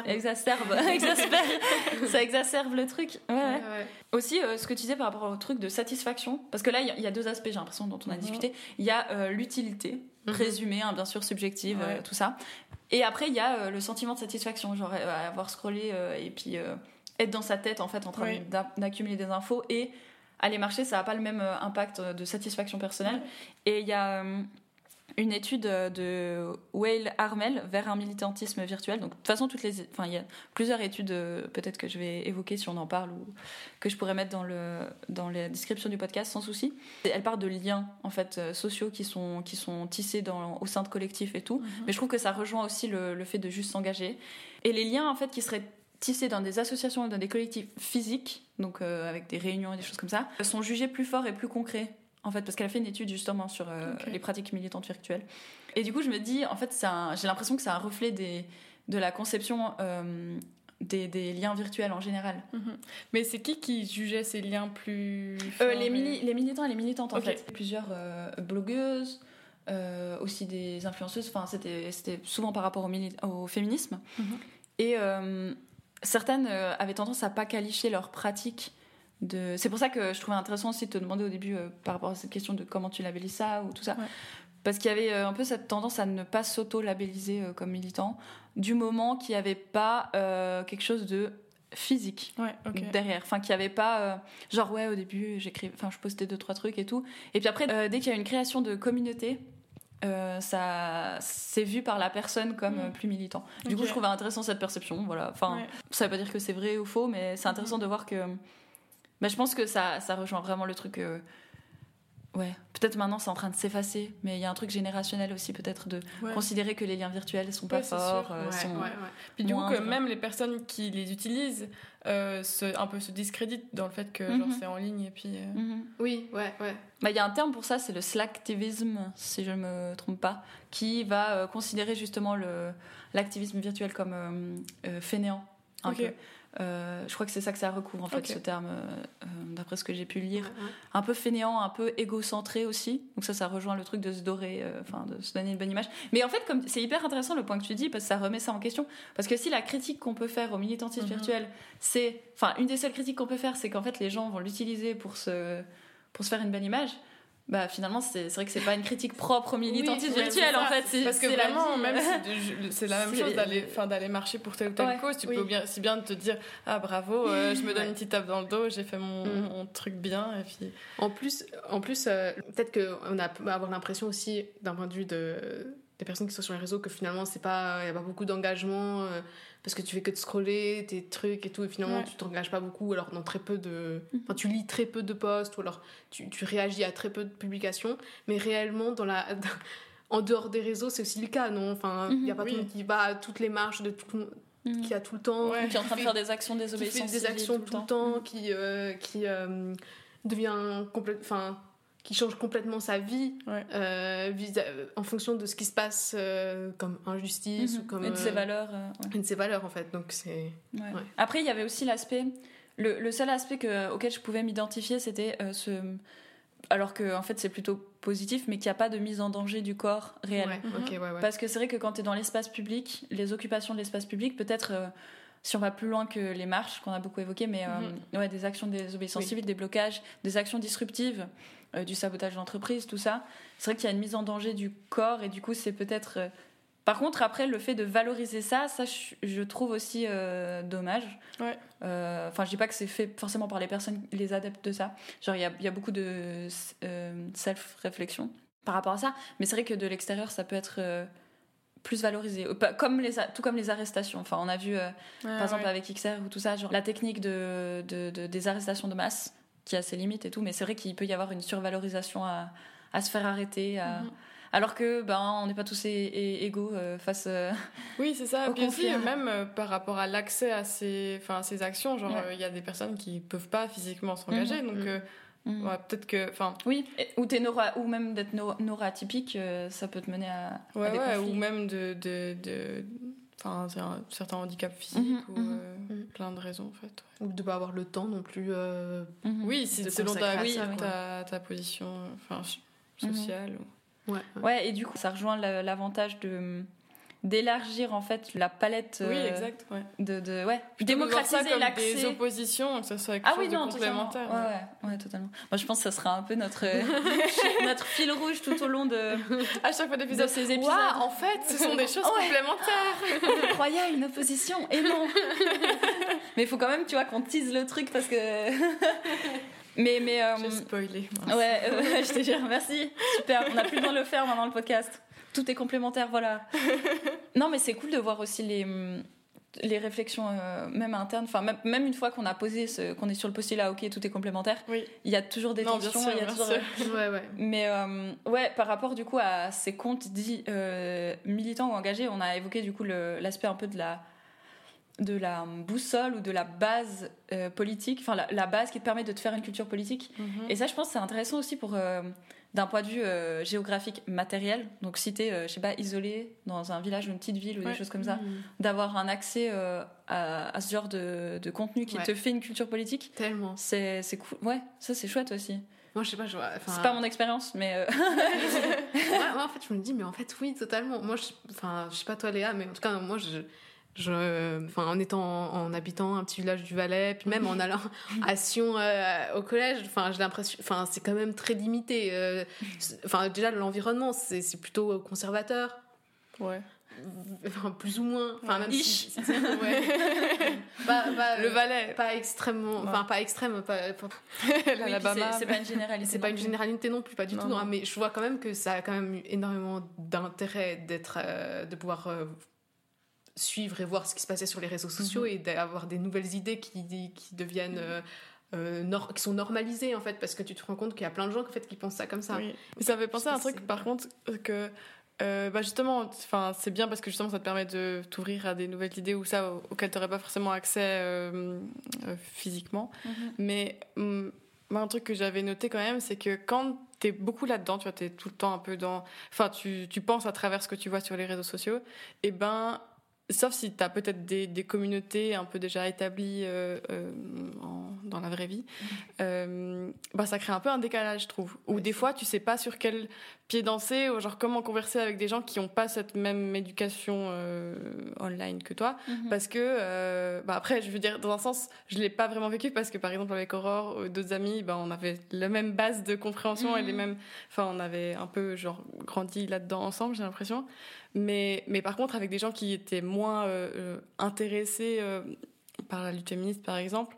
le truc. Ouais. Aussi, ce que tu disais par rapport au truc de satisfaction, parce que là, il y a deux aspects, j'ai l'impression, dont on a discuté. Il y a l'utilité, présumée, hein, bien sûr, subjective, tout ça. Et après, il y a le sentiment de satisfaction, genre avoir scrollé et puis être dans sa tête, en fait, en train d'accumuler des infos et aller marcher, ça n'a pas le même impact de satisfaction personnelle. Et il y a une étude de Weil Harmel vers un militantisme virtuel. Donc, de toute façon, il y a plusieurs études, peut-être que je vais évoquer si on en parle ou que je pourrais mettre dans la description du podcast sans souci. Elle parle de liens en fait sociaux qui sont tissés au sein de collectifs et tout. Mais je trouve que ça rejoint aussi le fait de juste s'engager. Et les liens en fait qui seraient tissés dans des associations, dans des collectifs physiques, donc avec des réunions et des choses comme ça, sont jugés plus forts et plus concrets. En fait, parce qu'elle a fait une étude justement sur les pratiques militantes virtuelles. Et du coup, je me dis, en fait, j'ai l'impression que c'est un reflet de la conception des liens virtuels en général. Mais c'est qui jugeait ces liens plus les militants et les militantes, en fait. Plusieurs blogueuses, aussi des influenceuses. Enfin, c'était souvent par rapport au féminisme. Et certaines avaient tendance à pas qualifier leurs pratiques. C'est pour ça que je trouvais intéressant aussi de te demander au début par rapport à cette question de comment tu labellises ça ou tout ça. Parce qu'il y avait un peu cette tendance à ne pas s'auto-labelliser comme militant du moment qu'il n'y avait pas quelque chose de physique derrière. Enfin, qu'il n'y avait pas... au début, je postais 2-3 trucs et tout. Et puis après, dès qu'il y a une création de communauté... ça c'est vu par la personne comme plus militant. Du coup, je trouvais intéressant cette perception. Voilà. Enfin, ça veut pas dire que c'est vrai ou faux, mais c'est intéressant de voir que. Mais je pense que ça rejoint vraiment le truc. Peut-être maintenant c'est en train de s'effacer, mais il y a un truc générationnel aussi peut-être de considérer que les liens virtuels sont pas forts. Puis du coup, que même les personnes qui les utilisent un peu se discréditent dans le fait que genre, c'est en ligne et puis. Oui. Il y a un terme pour ça, c'est le slacktivisme, si je ne me trompe pas, qui va considérer justement l'activisme virtuel comme fainéant. Un peu. Je crois que c'est ça que ça recouvre en fait, ce terme, d'après ce que j'ai pu lire. Un peu fainéant, un peu égocentré aussi. Donc ça rejoint le truc de se dorer, de se donner une bonne image. Mais en fait, c'est hyper intéressant le point que tu dis, parce que ça remet ça en question. Parce que si la critique qu'on peut faire au militantisme virtuel, une des seules critiques qu'on peut faire, c'est qu'en fait les gens vont l'utiliser pour se faire une bonne image. Finalement c'est vrai que c'est pas une critique propre au militantisme virtuel en fait, parce que vraiment même c'est la même chose d'aller marcher pour telle ou telle cause. Tu peux si bien te dire bravo, je me donne une petite tape dans le dos, j'ai fait mon truc bien. Et puis en plus peut-être qu'on peut avoir l'impression aussi d'un point de vue des personnes qui sont sur les réseaux que finalement il y a pas beaucoup d'engagement parce que tu fais que de scroller tes trucs et tout, et finalement tu t'engages pas beaucoup, alors dans très peu tu lis très peu de posts, ou alors tu réagis à très peu de publications, mais réellement en dehors des réseaux c'est aussi le cas, non? Enfin, il y a pas tout le monde qui va à toutes les marches de tout qui a tout le temps, qui est en train de faire des actions de désobéissance civile, des actions tout le temps, qui devient qui change complètement sa vie en fonction de ce qui se passe comme injustice ou comme et de ses valeurs et de ses valeurs en fait. Donc c'est Après il y avait aussi l'aspect le seul aspect auquel je pouvais m'identifier, c'était alors que en fait c'est plutôt positif, mais qu'il n'y a pas de mise en danger du corps réel. Parce que c'est vrai que quand tu es dans l'espace public, les occupations de l'espace public, peut-être si on va plus loin que les marches qu'on a beaucoup évoquées, mais des actions de désobéissance civile, des blocages, des actions disruptives, du sabotage d'entreprise, tout ça, c'est vrai qu'il y a une mise en danger du corps, et du coup c'est peut-être par contre après le fait de valoriser ça je trouve aussi dommage. Je dis pas que c'est fait forcément par les personnes, les adeptes de ça, genre il y a beaucoup de self-réflexion par rapport à ça, mais c'est vrai que de l'extérieur ça peut être plus valorisé, tout comme les arrestations. Enfin, on a vu par exemple avec XR ou tout ça, genre la technique des arrestations de masse qui a ses limites et tout, mais c'est vrai qu'il peut y avoir une survalorisation à se faire arrêter, alors que on n'est pas tous égaux face oui, c'est ça. au Puis conflit, aussi même par rapport à l'accès à ces actions, genre il y a des personnes qui peuvent pas physiquement s'engager, donc peut-être que ou même d'être neuroatypique, ça peut te mener à des conflits. Ou même certains handicaps physiques ou plein de raisons, en fait. Ou de pas avoir le temps non plus. Oui, c'est selon ta position sociale. Ouais, et du coup, ça rejoint l'avantage d'élargir en fait la palette exact, de démocratiser l'accès, des oppositions, que ça soit quelque chose de complémentaire. Ouais, totalement. Moi je pense que ça sera un peu notre notre fil rouge tout au long de à chaque fois de ces épisodes. En fait, ce sont des choses complémentaires. Je croyais à une opposition et non. Mais il faut quand même, tu vois, qu'on tease le truc parce que mais j'ai spoilé. Ouais, je te jure, merci. Super, on n'a plus besoin de le faire maintenant le podcast. Tout est complémentaire, voilà. Non, mais c'est cool de voir aussi les réflexions, même internes. Enfin, même une fois qu'on a posé, qu'on est sur le postulat, ok, tout est complémentaire, il y a toujours des tensions. Mais par rapport du coup à ces comptes dits militants ou engagés, on a évoqué du coup l'aspect un peu de la boussole ou de la base politique, enfin la base qui te permet de te faire une culture politique. Et ça, je pense que c'est intéressant aussi pour d'un point de vue géographique matériel, donc si t'es je sais pas, isolé dans un village ou une petite ville ou des choses comme ça, d'avoir un accès à ce genre de contenu qui te fait une culture politique, tellement c'est cool. Ouais, ça c'est chouette aussi. Moi je sais pas, c'est pas mon expérience, mais moi en fait je me dis, mais en fait oui, totalement. Moi je sais pas toi Léa, mais en tout cas moi en habitant un petit village du Valais, puis même en allant à Sion au collège, j'ai l'impression, c'est quand même très limité. Déjà l'environnement, c'est plutôt conservateur. Ouais. Plus ou moins. Même si, le Valais. Pas extrêmement. Pas extrême. L'Alabama. C'est pas une généralité. C'est pas une généralité non plus, pas du tout. Non. Mais je vois quand même que ça a quand même eu énormément d'intérêt de pouvoir suivre et voir ce qui se passait sur les réseaux sociaux et d'avoir des nouvelles idées qui deviennent qui sont normalisées en fait, parce que tu te rends compte qu'il y a plein de gens en fait qui pensent ça comme ça. Mais ça me fait penser à un truc par contre que justement, c'est bien parce que justement ça te permet de t'ouvrir à des nouvelles idées ou ça auxquelles tu n'aurais pas forcément accès physiquement. Mais moi, un truc que j'avais noté quand même, c'est que quand t'es beaucoup là-dedans, tu vois, t'es tout le temps un peu dans... tu penses à travers ce que tu vois sur les réseaux sociaux, et sauf si t'as peut-être des communautés un peu déjà établies dans la vraie vie, ça crée un peu un décalage, je trouve. Ou des fois, tu sais pas sur quel pied danser, ou genre comment converser avec des gens qui ont pas cette même éducation online que toi. Parce que, après, je veux dire, dans un sens, je l'ai pas vraiment vécu parce que, par exemple, avec Aurore, d'autres amis, on avait la même base de compréhension et les mêmes... on avait un peu, genre, grandi là-dedans ensemble, j'ai l'impression. Mais par contre, avec des gens qui étaient moins intéressés par la lutte féministe, par exemple,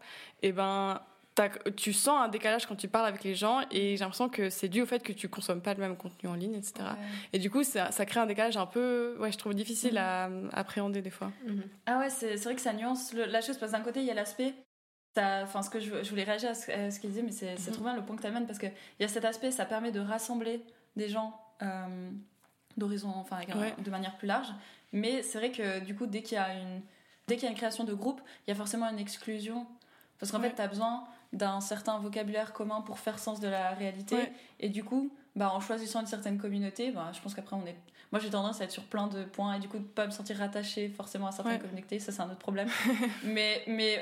tu sens un décalage quand tu parles avec les gens, et j'ai l'impression que c'est dû au fait que tu consommes pas le même contenu en ligne, etc. Et du coup, ça crée un décalage un peu, je trouve difficile à appréhender des fois. Ah ouais, c'est vrai que ça nuance la chose, parce que d'un côté, il y a l'aspect... ce que je voulais réagir à ce qu'il disait, mais c'est trop bien le point que tu amènes, parce qu'il y a cet aspect, ça permet de rassembler des gens... d'horizon, de manière plus large, mais c'est vrai que du coup dès qu'il y a une création de groupe, il y a forcément une exclusion, parce qu'en fait t'as besoin d'un certain vocabulaire commun pour faire sens de la réalité, et du coup en choisissant une certaine communauté, je pense qu'après moi j'ai tendance à être sur plein de points et du coup de pas me sentir rattachée forcément à certaines communautés, ça c'est un autre problème. mais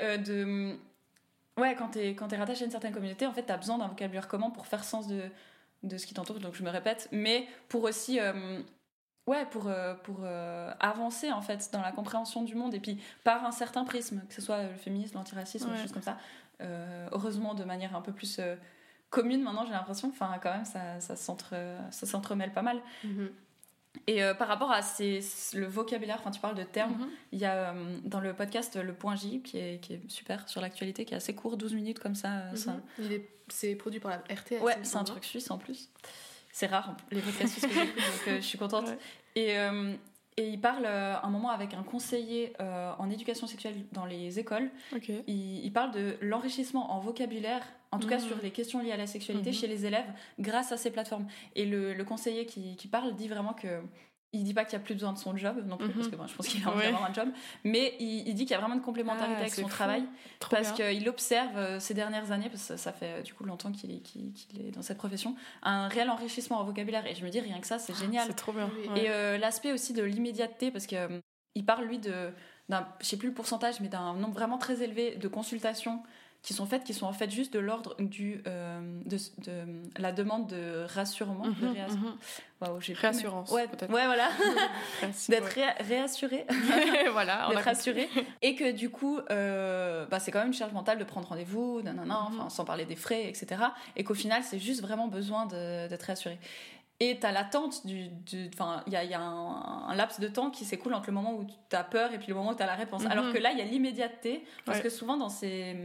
quand t'es rattaché à une certaine communauté, en fait t'as besoin d'un vocabulaire commun pour faire sens de ce qui t'entoure, donc je me répète, mais pour aussi pour avancer en fait dans la compréhension du monde, et puis par un certain prisme, que ce soit le féminisme, l'antiracisme, des choses comme ça, heureusement de manière un peu plus commune maintenant, j'ai l'impression, quand même ça s'entremêle pas mal. Et par rapport à le vocabulaire, tu parles de termes, il y a dans le podcast Le Point J qui est super sur l'actualité, qui est assez court, 12 minutes comme ça. C'est produit par la RTS. Ouais, c'est un truc suisse en plus. C'est rare les podcasts suisses que j'écoute, donc je suis contente. Et il parle un moment avec un conseiller en éducation sexuelle dans les écoles. Il parle de l'enrichissement en vocabulaire, en tout cas sur les questions liées à la sexualité chez les élèves, grâce à ces plateformes. Et le conseiller qui parle dit vraiment que... Il dit pas qu'il y a plus besoin de son job non plus, parce que je pense qu'il a envie d'avoir un job, mais il dit qu'il y a vraiment une complémentarité avec son travail, parce qu'il observe ces dernières années, parce que ça fait du coup longtemps qu'il est dans cette profession, un réel enrichissement en vocabulaire, et je me dis rien que ça c'est génial. C'est trop bien. Et l'aspect aussi de l'immédiateté, parce que il parle, lui, d'un, je sais plus le pourcentage, mais d'un nombre vraiment très élevé de consultations qui sont en fait juste de l'ordre de la demande de rassurement, de réassurance, peut-être. Ouais, voilà. D'être réassuré. Voilà, d'être rassuré. Et que du coup, c'est quand même une charge mentale de prendre rendez-vous, sans parler des frais, etc. Et qu'au final, c'est juste vraiment besoin d'être réassuré. Et t'as l'attente il y a un laps de temps qui s'écoule entre le moment où t'as peur et puis le moment où t'as la réponse. Alors que là, il y a l'immédiateté, parce que souvent dans ces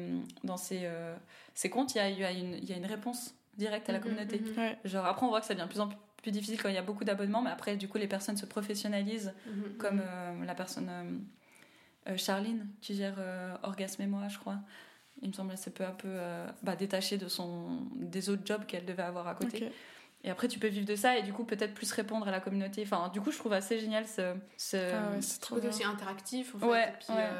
comptes, il y a une réponse directe à la communauté. Genre après, on voit que ça devient de plus en plus difficile quand il y a beaucoup d'abonnements, mais après, du coup, les personnes se professionnalisent, comme la personne Charline qui gère Orgasme et moi, je crois. Il me semble qu'elle s'est peu à peu détachée des autres jobs qu'elle devait avoir à côté. Okay. Et après, tu peux vivre de ça et du coup, peut-être plus répondre à la communauté. Enfin, du coup, je trouve assez génial c'est trop aussi interactif, en fait. Ouais,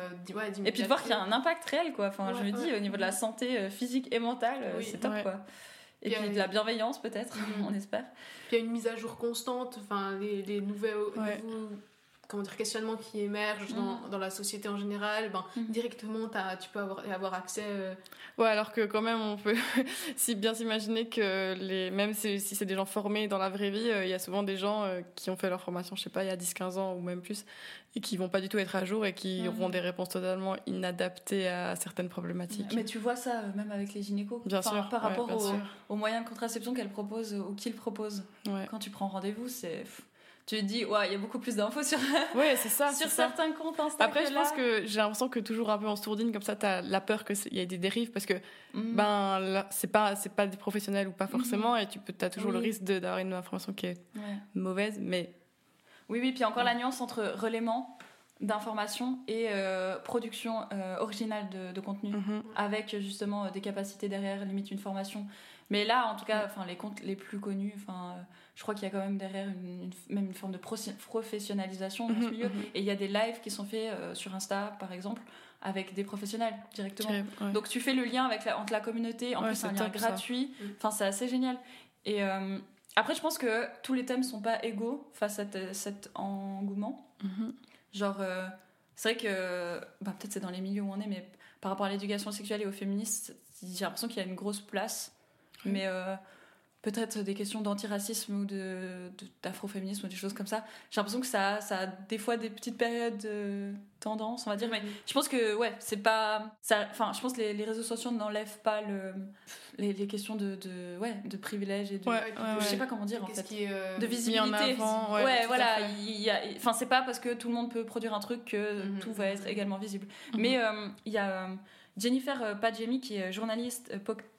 et puis de voir qu'il y a un impact réel, quoi. Enfin, je me dis, au niveau de la santé physique et mentale, c'est top, quoi. Et puis de la bienveillance, peut-être, on espère. Puis il y a une mise à jour constante, enfin, les nouveaux questionnements qui émergent dans la société en général, directement tu peux avoir accès. Ouais, alors que quand même on peut bien s'imaginer que même si c'est des gens formés dans la vraie vie, il y a souvent des gens qui ont fait leur formation, je sais pas, il y a 10-15 ans ou même plus, et qui vont pas du tout être à jour et qui auront des réponses totalement inadaptées à certaines problématiques. Mais tu vois ça même avec les gynécos, bien sûr, par rapport aux moyens de contraception qu'elles proposent ou qu'ils proposent. Quand tu prends rendez-vous, tu te dis, il y a beaucoup plus d'infos sur certains comptes Insta. Après, je pense que j'ai l'impression que toujours un peu en sourdine, comme ça, t'as la peur qu'il y ait des dérives, parce que là, c'est pas des professionnels ou pas forcément, et t'as toujours le risque d'avoir une information qui est mauvaise, mais... Oui, puis encore la nuance entre relayement d'informations et production originale de contenu, avec justement des capacités derrière, limite une formation. Mais là, en tout cas, les comptes les plus connus, je crois qu'il y a quand même derrière même une forme de professionnalisation dans ce milieu. Et il y a des lives qui sont faits sur Insta, par exemple, avec des professionnels directement. Donc tu fais le lien entre la communauté, en plus c'est un lien gratuit. Enfin, c'est assez génial. Et après, je pense que tous les thèmes sont pas égaux face à cet engouement. Genre, c'est vrai que peut-être c'est dans les milieux où on est, mais par rapport à l'éducation sexuelle et aux féministes, j'ai l'impression qu'il y a une grosse place. Mais peut-être des questions d'antiracisme ou d'afroféminisme ou des choses comme ça. J'ai l'impression que ça a des fois des petites périodes de tendance, on va dire. Mais je pense que, c'est pas... je pense que les réseaux sociaux n'enlèvent pas les questions de privilèges et de... je sais pas comment dire, en fait. De visibilité. Voilà. C'est pas parce que tout le monde peut produire un truc que tout va être également visible. Mais il y a Jennifer Padjemi, qui est journaliste,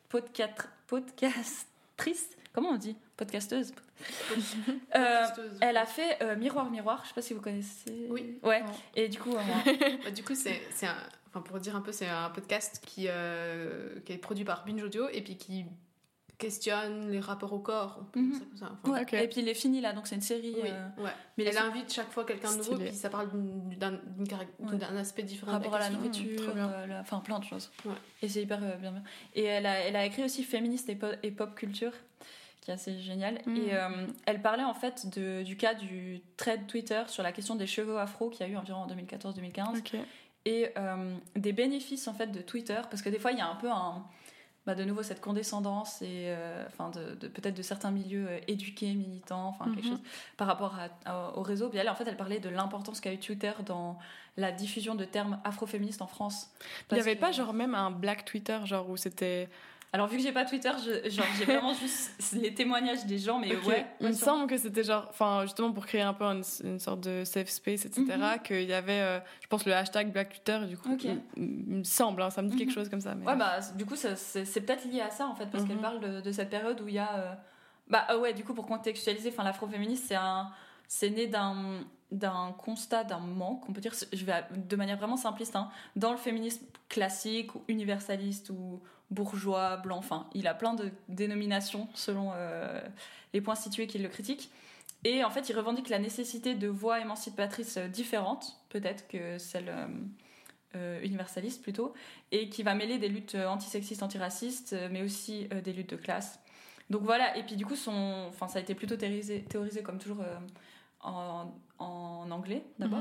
podcastrice, comment on dit, podcasteuse. Elle a fait Miroir, je sais pas si vous connaissez. Oui. Ouais. Et du coup, du coup, c'est pour dire un peu, c'est un podcast qui est produit par Binge Audio et puis qui questionne les rapports au corps. Et puis il est fini là, donc c'est une série. Mais elle invite chaque fois quelqu'un de nouveau, puis ça parle d'un aspect différent. Rapport à la nourriture, plein de choses. Et c'est hyper bien. Et elle a écrit aussi Féministe et pop culture, qui est assez génial. Et elle parlait en fait du cas du thread Twitter sur la question des cheveux afro qu'il y a eu environ en 2014-2015. Et des bénéfices en fait de Twitter, parce que des fois il y a un peu de nouveau cette condescendance et peut-être de certains milieux éduqués, militants, quelque chose par rapport au réseau. Puis elle parlait de l'importance qu'a eu Twitter dans la diffusion de termes afroféministes en France. Il n'y avait pas même un Black Twitter, où c'était... Alors vu que j'ai pas Twitter, j'ai vraiment juste les témoignages des gens, mais il me semble que c'était justement pour créer un peu une sorte de safe space, etc., qu'il y avait, je pense, le hashtag Black Twitter, du coup, il me semble, ça me dit quelque chose comme ça. Mais... du coup, c'est peut-être lié à ça, en fait, parce qu'elle parle de cette période où il y a... du coup, pour contextualiser, l'afroféminisme, c'est né d'un constat, d'un manque, on peut dire, je vais de manière vraiment simpliste, dans le féminisme classique, ou universaliste, ou bourgeois, blanc, il a plein de dénominations selon les points situés qui le critiquent. Et en fait, il revendique la nécessité de voix émancipatrices différentes, peut-être que celle universaliste plutôt, et qui va mêler des luttes antisexistes, antiracistes, mais aussi des luttes de classe. Donc voilà, et puis du coup, ça a été plutôt théorisé comme toujours en anglais d'abord.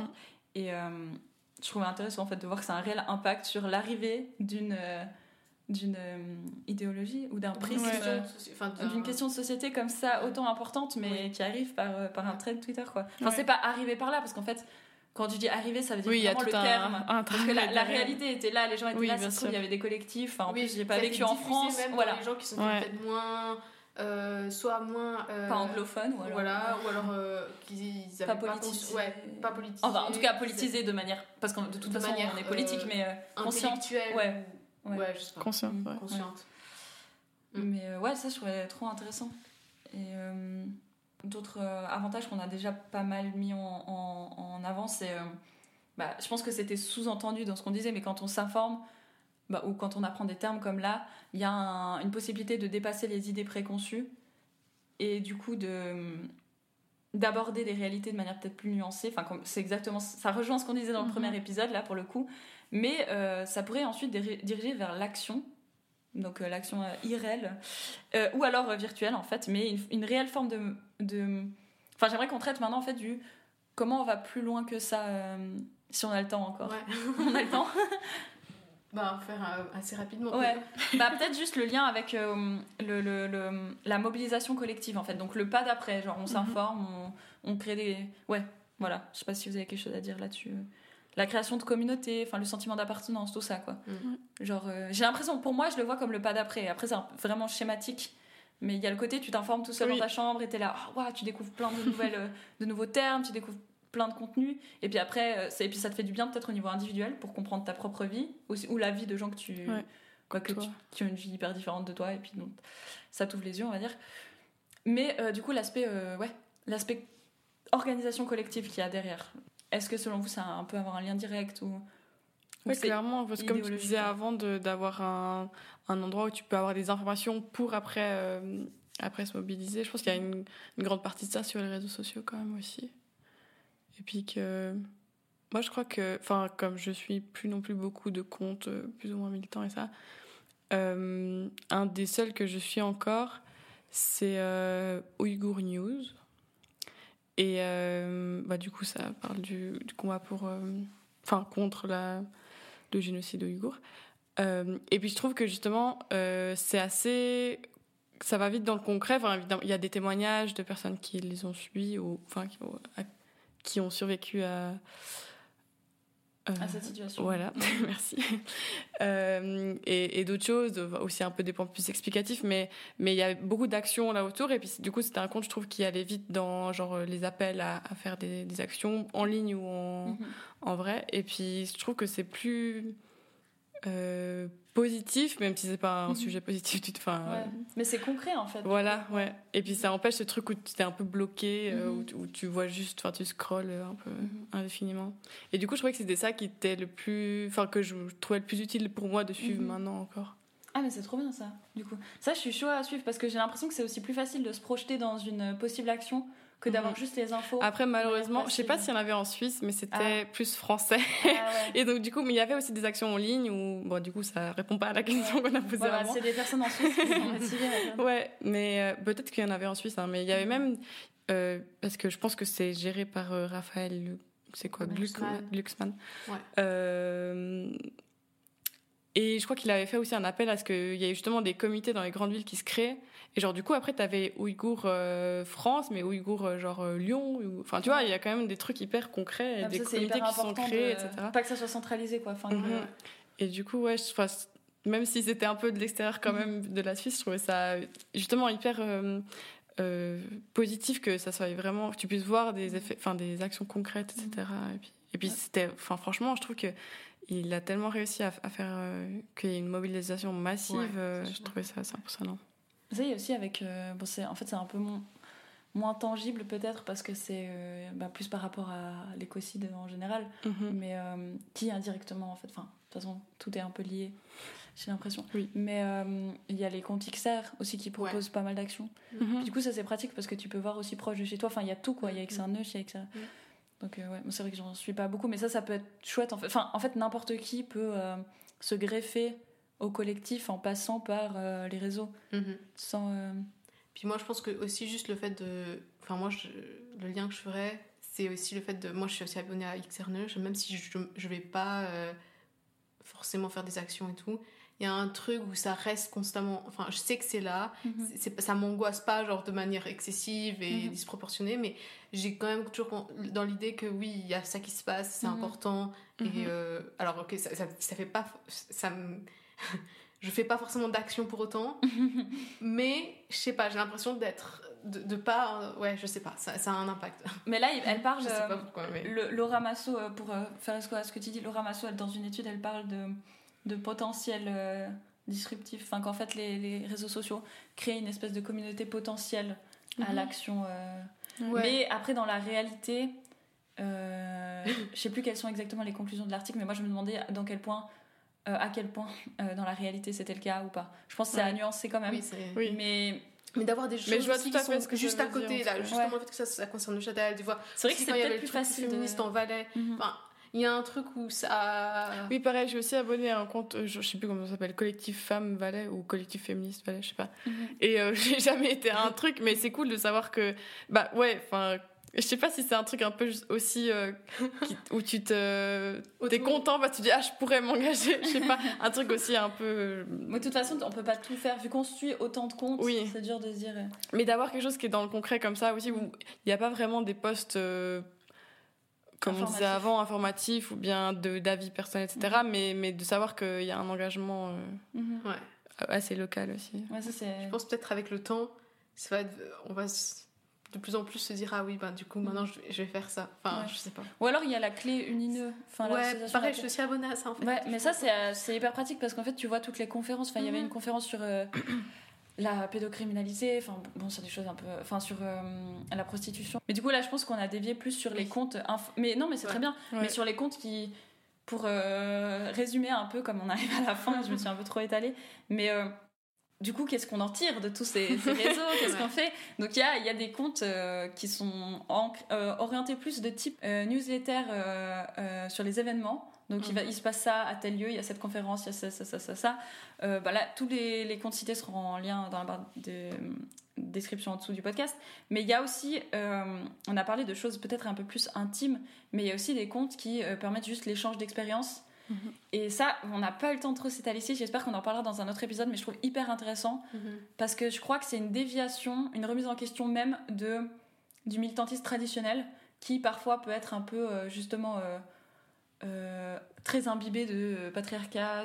Et je trouvais intéressant en fait de voir que c'est un réel impact sur l'arrivée d'une idéologie ou d'un prisme, d'une question de société comme ça autant importante, mais qui arrive par un trait de Twitter, quoi. Enfin, c'est pas arrivé par là, parce qu'en fait, quand tu dis arriver, ça veut dire vraiment le terme. Parce que la réalité était là, les gens étaient là, ça se trouve, il y avait des collectifs. Enfin, en plus, j'ai pas vécu en France. Même voilà. Les gens qui sont peut-être moins. Soit moins pas anglophones ou alors qu'ils avaient pas politisés, pas politisés, enfin en tout cas politisés de manière, parce que de toute façon on est politique, mais intellectuelle, je sais pas, consciente. Mais ça je trouvais trop intéressant. Et d'autres avantages qu'on a déjà pas mal mis en avant, c'est je pense que c'était sous-entendu dans ce qu'on disait, mais quand on s'informe ou quand on apprend des termes comme là, il y a une possibilité de dépasser les idées préconçues et du coup d'aborder des réalités de manière peut-être plus nuancée. Enfin, c'est exactement, ça rejoint ce qu'on disait dans le premier épisode là pour le coup, mais ça pourrait ensuite diriger vers l'action, donc l'action IRL ou alors virtuelle en fait, mais une réelle forme de... Enfin, j'aimerais qu'on traite maintenant en fait du comment on va plus loin que ça, si on a le temps encore. On a le temps. Faire assez rapidement. Peut-être juste le lien avec la mobilisation collective en fait. Donc le pas d'après, genre on s'informe, on crée des... voilà. Je sais pas si vous avez quelque chose à dire là-dessus. La création de communauté, enfin le sentiment d'appartenance, tout ça quoi. Genre j'ai l'impression, pour moi je le vois comme le pas d'après. Après c'est vraiment schématique. Mais il y a le côté, tu t'informes tout seul dans ta chambre et t'es là, tu découvres plein de nouveaux termes, tu découvres plein de contenus, et puis après et puis ça te fait du bien peut-être au niveau individuel pour comprendre ta propre vie ou la vie de gens que tu qui ont une vie hyper différente de toi, et puis donc ça t'ouvre les yeux on va dire. Mais du coup l'aspect organisation collective qu'il y a derrière, est-ce que selon vous ça a un peu avoir un lien direct ou clairement, parce que comme tu disais avant, d'avoir un endroit où tu peux avoir des informations pour après se mobiliser. Je pense qu'il y a une grande partie de ça sur les réseaux sociaux quand même aussi. Et puis que moi je crois que, enfin comme je suis plus non plus beaucoup de comptes plus ou moins militants et ça, un des seuls que je suis encore c'est Uyghur News, et du coup ça parle du combat pour contre le génocide ouïghour, et puis je trouve que justement c'est assez, ça va vite dans le concret. Enfin évidemment il y a des témoignages de personnes qui les ont subis ou qui ont survécu à cette situation. Voilà, merci. Et d'autres choses, aussi un peu des points plus explicatifs, mais il y a beaucoup d'actions là autour. Et puis du coup, c'était un compte, je trouve, qui allait vite dans genre les appels à faire des actions en ligne ou en vrai. Et puis je trouve que c'est plus positif, même si c'est pas un sujet positif du tout. Mais c'est concret en fait. Voilà, ouais. Et puis ça empêche ce truc où tu t'es un peu bloqué, où tu vois juste, tu scrolles un peu indéfiniment. Et du coup, je trouvais que c'était ça qui était que je trouvais le plus utile pour moi de suivre maintenant encore. Ah mais c'est trop bien ça, du coup. Ça, je suis chaud à suivre parce que j'ai l'impression que c'est aussi plus facile de se projeter dans une possible action que d'avoir juste les infos. Après, malheureusement, je sais pas s'il y en avait en Suisse, mais c'était plus français. Et donc, du coup, mais il y avait aussi des actions en ligne où, du coup, ça répond pas à la question qu'on a posée avant. C'est des personnes en Suisse qui sont motivées. Ouais, mais peut-être qu'il y en avait en Suisse, hein, mais il y avait même, parce que je pense que c'est géré par Raphaël, Glucksmann. Ouais. Et je crois qu'il avait fait aussi un appel à ce qu'il y ait justement des comités dans les grandes villes qui se créent. Et genre, du coup, après, t'avais Ouïghour France, mais Ouïghour Lyon. Enfin, tu vois, il y a quand même des trucs hyper concrets, des comités qui sont créés, etc. Pas que ça soit centralisé, quoi. Et du coup, même si c'était un peu de l'extérieur quand même de la Suisse, je trouvais ça justement hyper positif que ça soit vraiment, que tu puisses voir des effets, des actions concrètes, etc. Et puis c'était, franchement, je trouve que il a tellement réussi à faire qu'il y ait une mobilisation massive. Je trouvais ça assez impressionnant. Ça, il y a aussi avec... c'est un peu moins tangible peut-être parce que c'est plus par rapport à l'écocide en général, mais qui indirectement en fait... Enfin, de toute façon, tout est un peu lié, j'ai l'impression. Oui. Mais il y a les comptes XR aussi qui proposent pas mal d'actions. Du coup, ça c'est pratique parce que tu peux voir aussi proche de chez toi. Enfin, il y a tout, quoi. Il y a XR9, il y a XR... Donc c'est vrai que j'en suis pas beaucoup, mais ça peut être chouette en fait n'importe qui peut se greffer au collectif en passant par les réseaux sans Puis moi je pense que aussi juste le fait de le lien que je ferais, c'était aussi le fait de... Moi, je suis aussi abonnée à XRNeuge, même si je vais pas forcément faire des actions et tout. Il y a un truc où ça reste constamment... Enfin, je sais que c'est là. Ça m'angoisse pas, genre, de manière excessive et disproportionnée, mais j'ai quand même toujours dans l'idée que oui, il y a ça qui se passe, c'est important. Et alors, ok, ça fait pas... Je fais pas forcément d'action pour autant, mais je sais pas, j'ai l'impression de pas... ouais, je sais pas, ça a un impact. Mais là, elle parle... je sais pas pourquoi, mais... Laura Masso, pour faire à ce que tu dis, Laura Masso, dans une étude, elle parle de potentiel disruptif, enfin qu'en fait les réseaux sociaux créent une espèce de communauté potentielle à l'action. Mais après, dans la réalité, je sais plus quelles sont exactement les conclusions de l'article, mais moi je me demandais à quel point dans la réalité c'était le cas ou pas. Je pense que c'est à nuancer quand même. Oui, mais d'avoir des choses qui sont juste à côté, là, justement le fait que ça concerne le Châtel, tu vois. C'est vrai que c'est peut-être plus facile féministe en Valais. Enfin, il y a un truc où ça... Oui, pareil, je suis aussi abonnée à un compte, je sais plus comment ça s'appelle, Collectif Femmes Valais ou Collectif Féministe Valais, je sais pas. Et j'ai jamais été à un truc, mais c'est cool de savoir que... Bah ouais, enfin... Je sais pas si c'est un truc un peu aussi où tu t'es content parce que tu dis je pourrais m'engager, je sais pas, un truc aussi un peu... Mais de toute façon, on peut pas tout faire, vu qu'on suit autant de comptes, c'est dur de se dire... Mais d'avoir quelque chose qui est dans le concret comme ça aussi, où il n'y a pas vraiment des posts... comme on disait avant, informatif ou bien d'avis personnels, etc. Mais de savoir qu'il y a un engagement assez local aussi. Ouais, ça, c'est... Je pense peut-être avec le temps, on va de plus en plus se dire oui, du coup, maintenant, je vais faire ça. Enfin, je sais pas. Ou alors, il y a la clé Unineux. Enfin, pareil, je suis abonnée à ça, en fait. Ouais, mais ça, c'est hyper pratique parce qu'en fait, tu vois toutes les conférences. Enfin, il y avait une conférence sur... la pédocriminalité, enfin bon, c'est des choses un peu, enfin sur la prostitution. Mais du coup là, je pense qu'on a dévié plus sur les comptes. Mais non, mais c'est très bien. Ouais. Mais sur les comptes qui, pour résumer un peu, comme on arrive à la fin, je me suis un peu trop étalée. Mais du coup, qu'est-ce qu'on en tire de tous ces réseaux? Qu'est-ce qu'on fait? Donc il y a des comptes qui sont orientés plus de type newsletter sur les événements. Donc il se passe ça à tel lieu, il y a cette conférence, il y a ça. Là, tous les comptes cités seront en lien dans la barre de description en dessous du podcast. Mais il y a aussi, on a parlé de choses peut-être un peu plus intimes, mais il y a aussi des comptes qui permettent juste l'échange d'expériences. Et ça, on n'a pas eu le temps de trop s'étaler ici. J'espère qu'on en parlera dans un autre épisode, mais je trouve hyper intéressant parce que je crois que c'est une déviation, une remise en question même du militantisme traditionnel qui parfois peut être un peu justement très imbibé de patriarcat,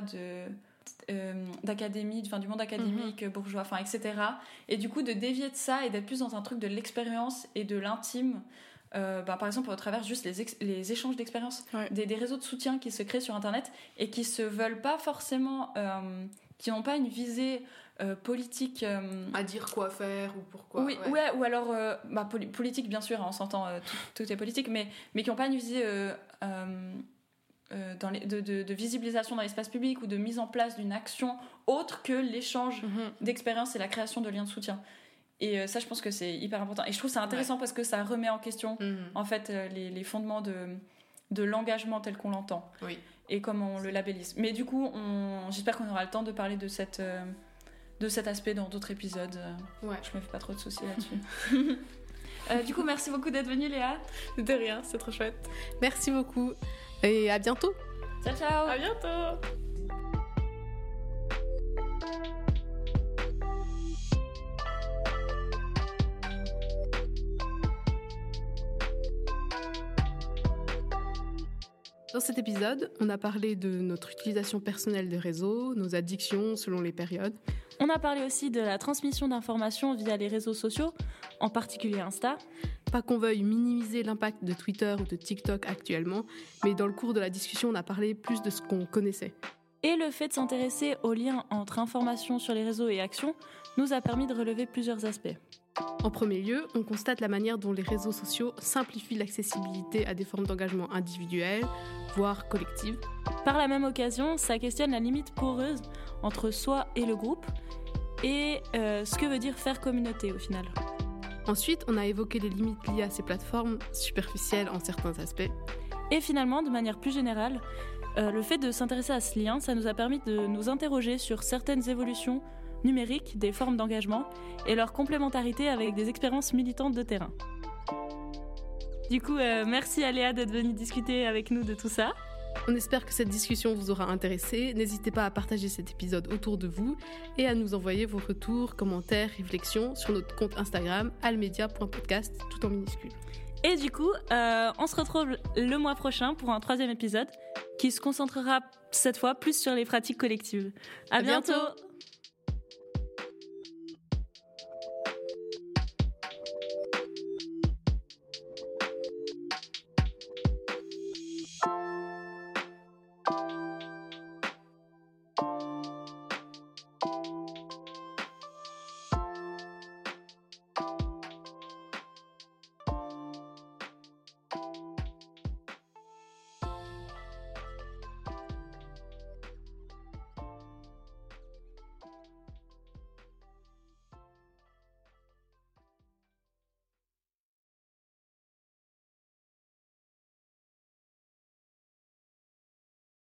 d'académie, du monde académique bourgeois, etc. Et du coup de dévier de ça et d'être plus dans un truc de l'expérience et de l'intime. Par exemple au travers juste les échanges d'expériences, des réseaux de soutien qui se créent sur internet et qui se veulent pas forcément qui n'ont pas une visée politique à dire quoi faire ou pourquoi ou alors politique bien sûr, on s'entend, tout est politique, mais qui n'ont pas une visée de visibilisation dans l'espace public ou de mise en place d'une action autre que l'échange d'expériences et la création de liens de soutien. Et ça, je pense que c'est hyper important. Et je trouve ça intéressant parce que ça remet en question en fait les fondements de l'engagement tel qu'on l'entend et comment on le labellise. Mais du coup, j'espère qu'on aura le temps de parler de cet aspect dans d'autres épisodes. Je me fais pas trop de soucis là-dessus. Du coup, merci beaucoup d'être venue, Léa. De rien, c'est trop chouette. Merci beaucoup et à bientôt. Ciao. À bientôt. Dans cet épisode, on a parlé de notre utilisation personnelle des réseaux, nos addictions selon les périodes. On a parlé aussi de la transmission d'informations via les réseaux sociaux, en particulier Insta. Pas qu'on veuille minimiser l'impact de Twitter ou de TikTok actuellement, mais dans le cours de la discussion, on a parlé plus de ce qu'on connaissait. Et le fait de s'intéresser aux liens entre informations sur les réseaux et actions nous a permis de relever plusieurs aspects. En premier lieu, on constate la manière dont les réseaux sociaux simplifient l'accessibilité à des formes d'engagement individuelles, voire collectives. Par la même occasion, ça questionne la limite poreuse entre soi et le groupe et ce que veut dire faire communauté au final. Ensuite, on a évoqué les limites liées à ces plateformes, superficielles en certains aspects. Et finalement, de manière plus générale, le fait de s'intéresser à ce lien, ça nous a permis de nous interroger sur certaines évolutions numériques des formes d'engagement et leur complémentarité avec des expériences militantes de terrain. Du coup, merci à Léa d'être venue discuter avec nous de tout ça. On espère que cette discussion vous aura intéressé. N'hésitez pas à partager cet épisode autour de vous et à nous envoyer vos retours, commentaires, réflexions sur notre compte Instagram almedia.podcast, tout en minuscule. Et du coup, on se retrouve le mois prochain pour un 3e épisode qui se concentrera cette fois plus sur les pratiques collectives. À bientôt.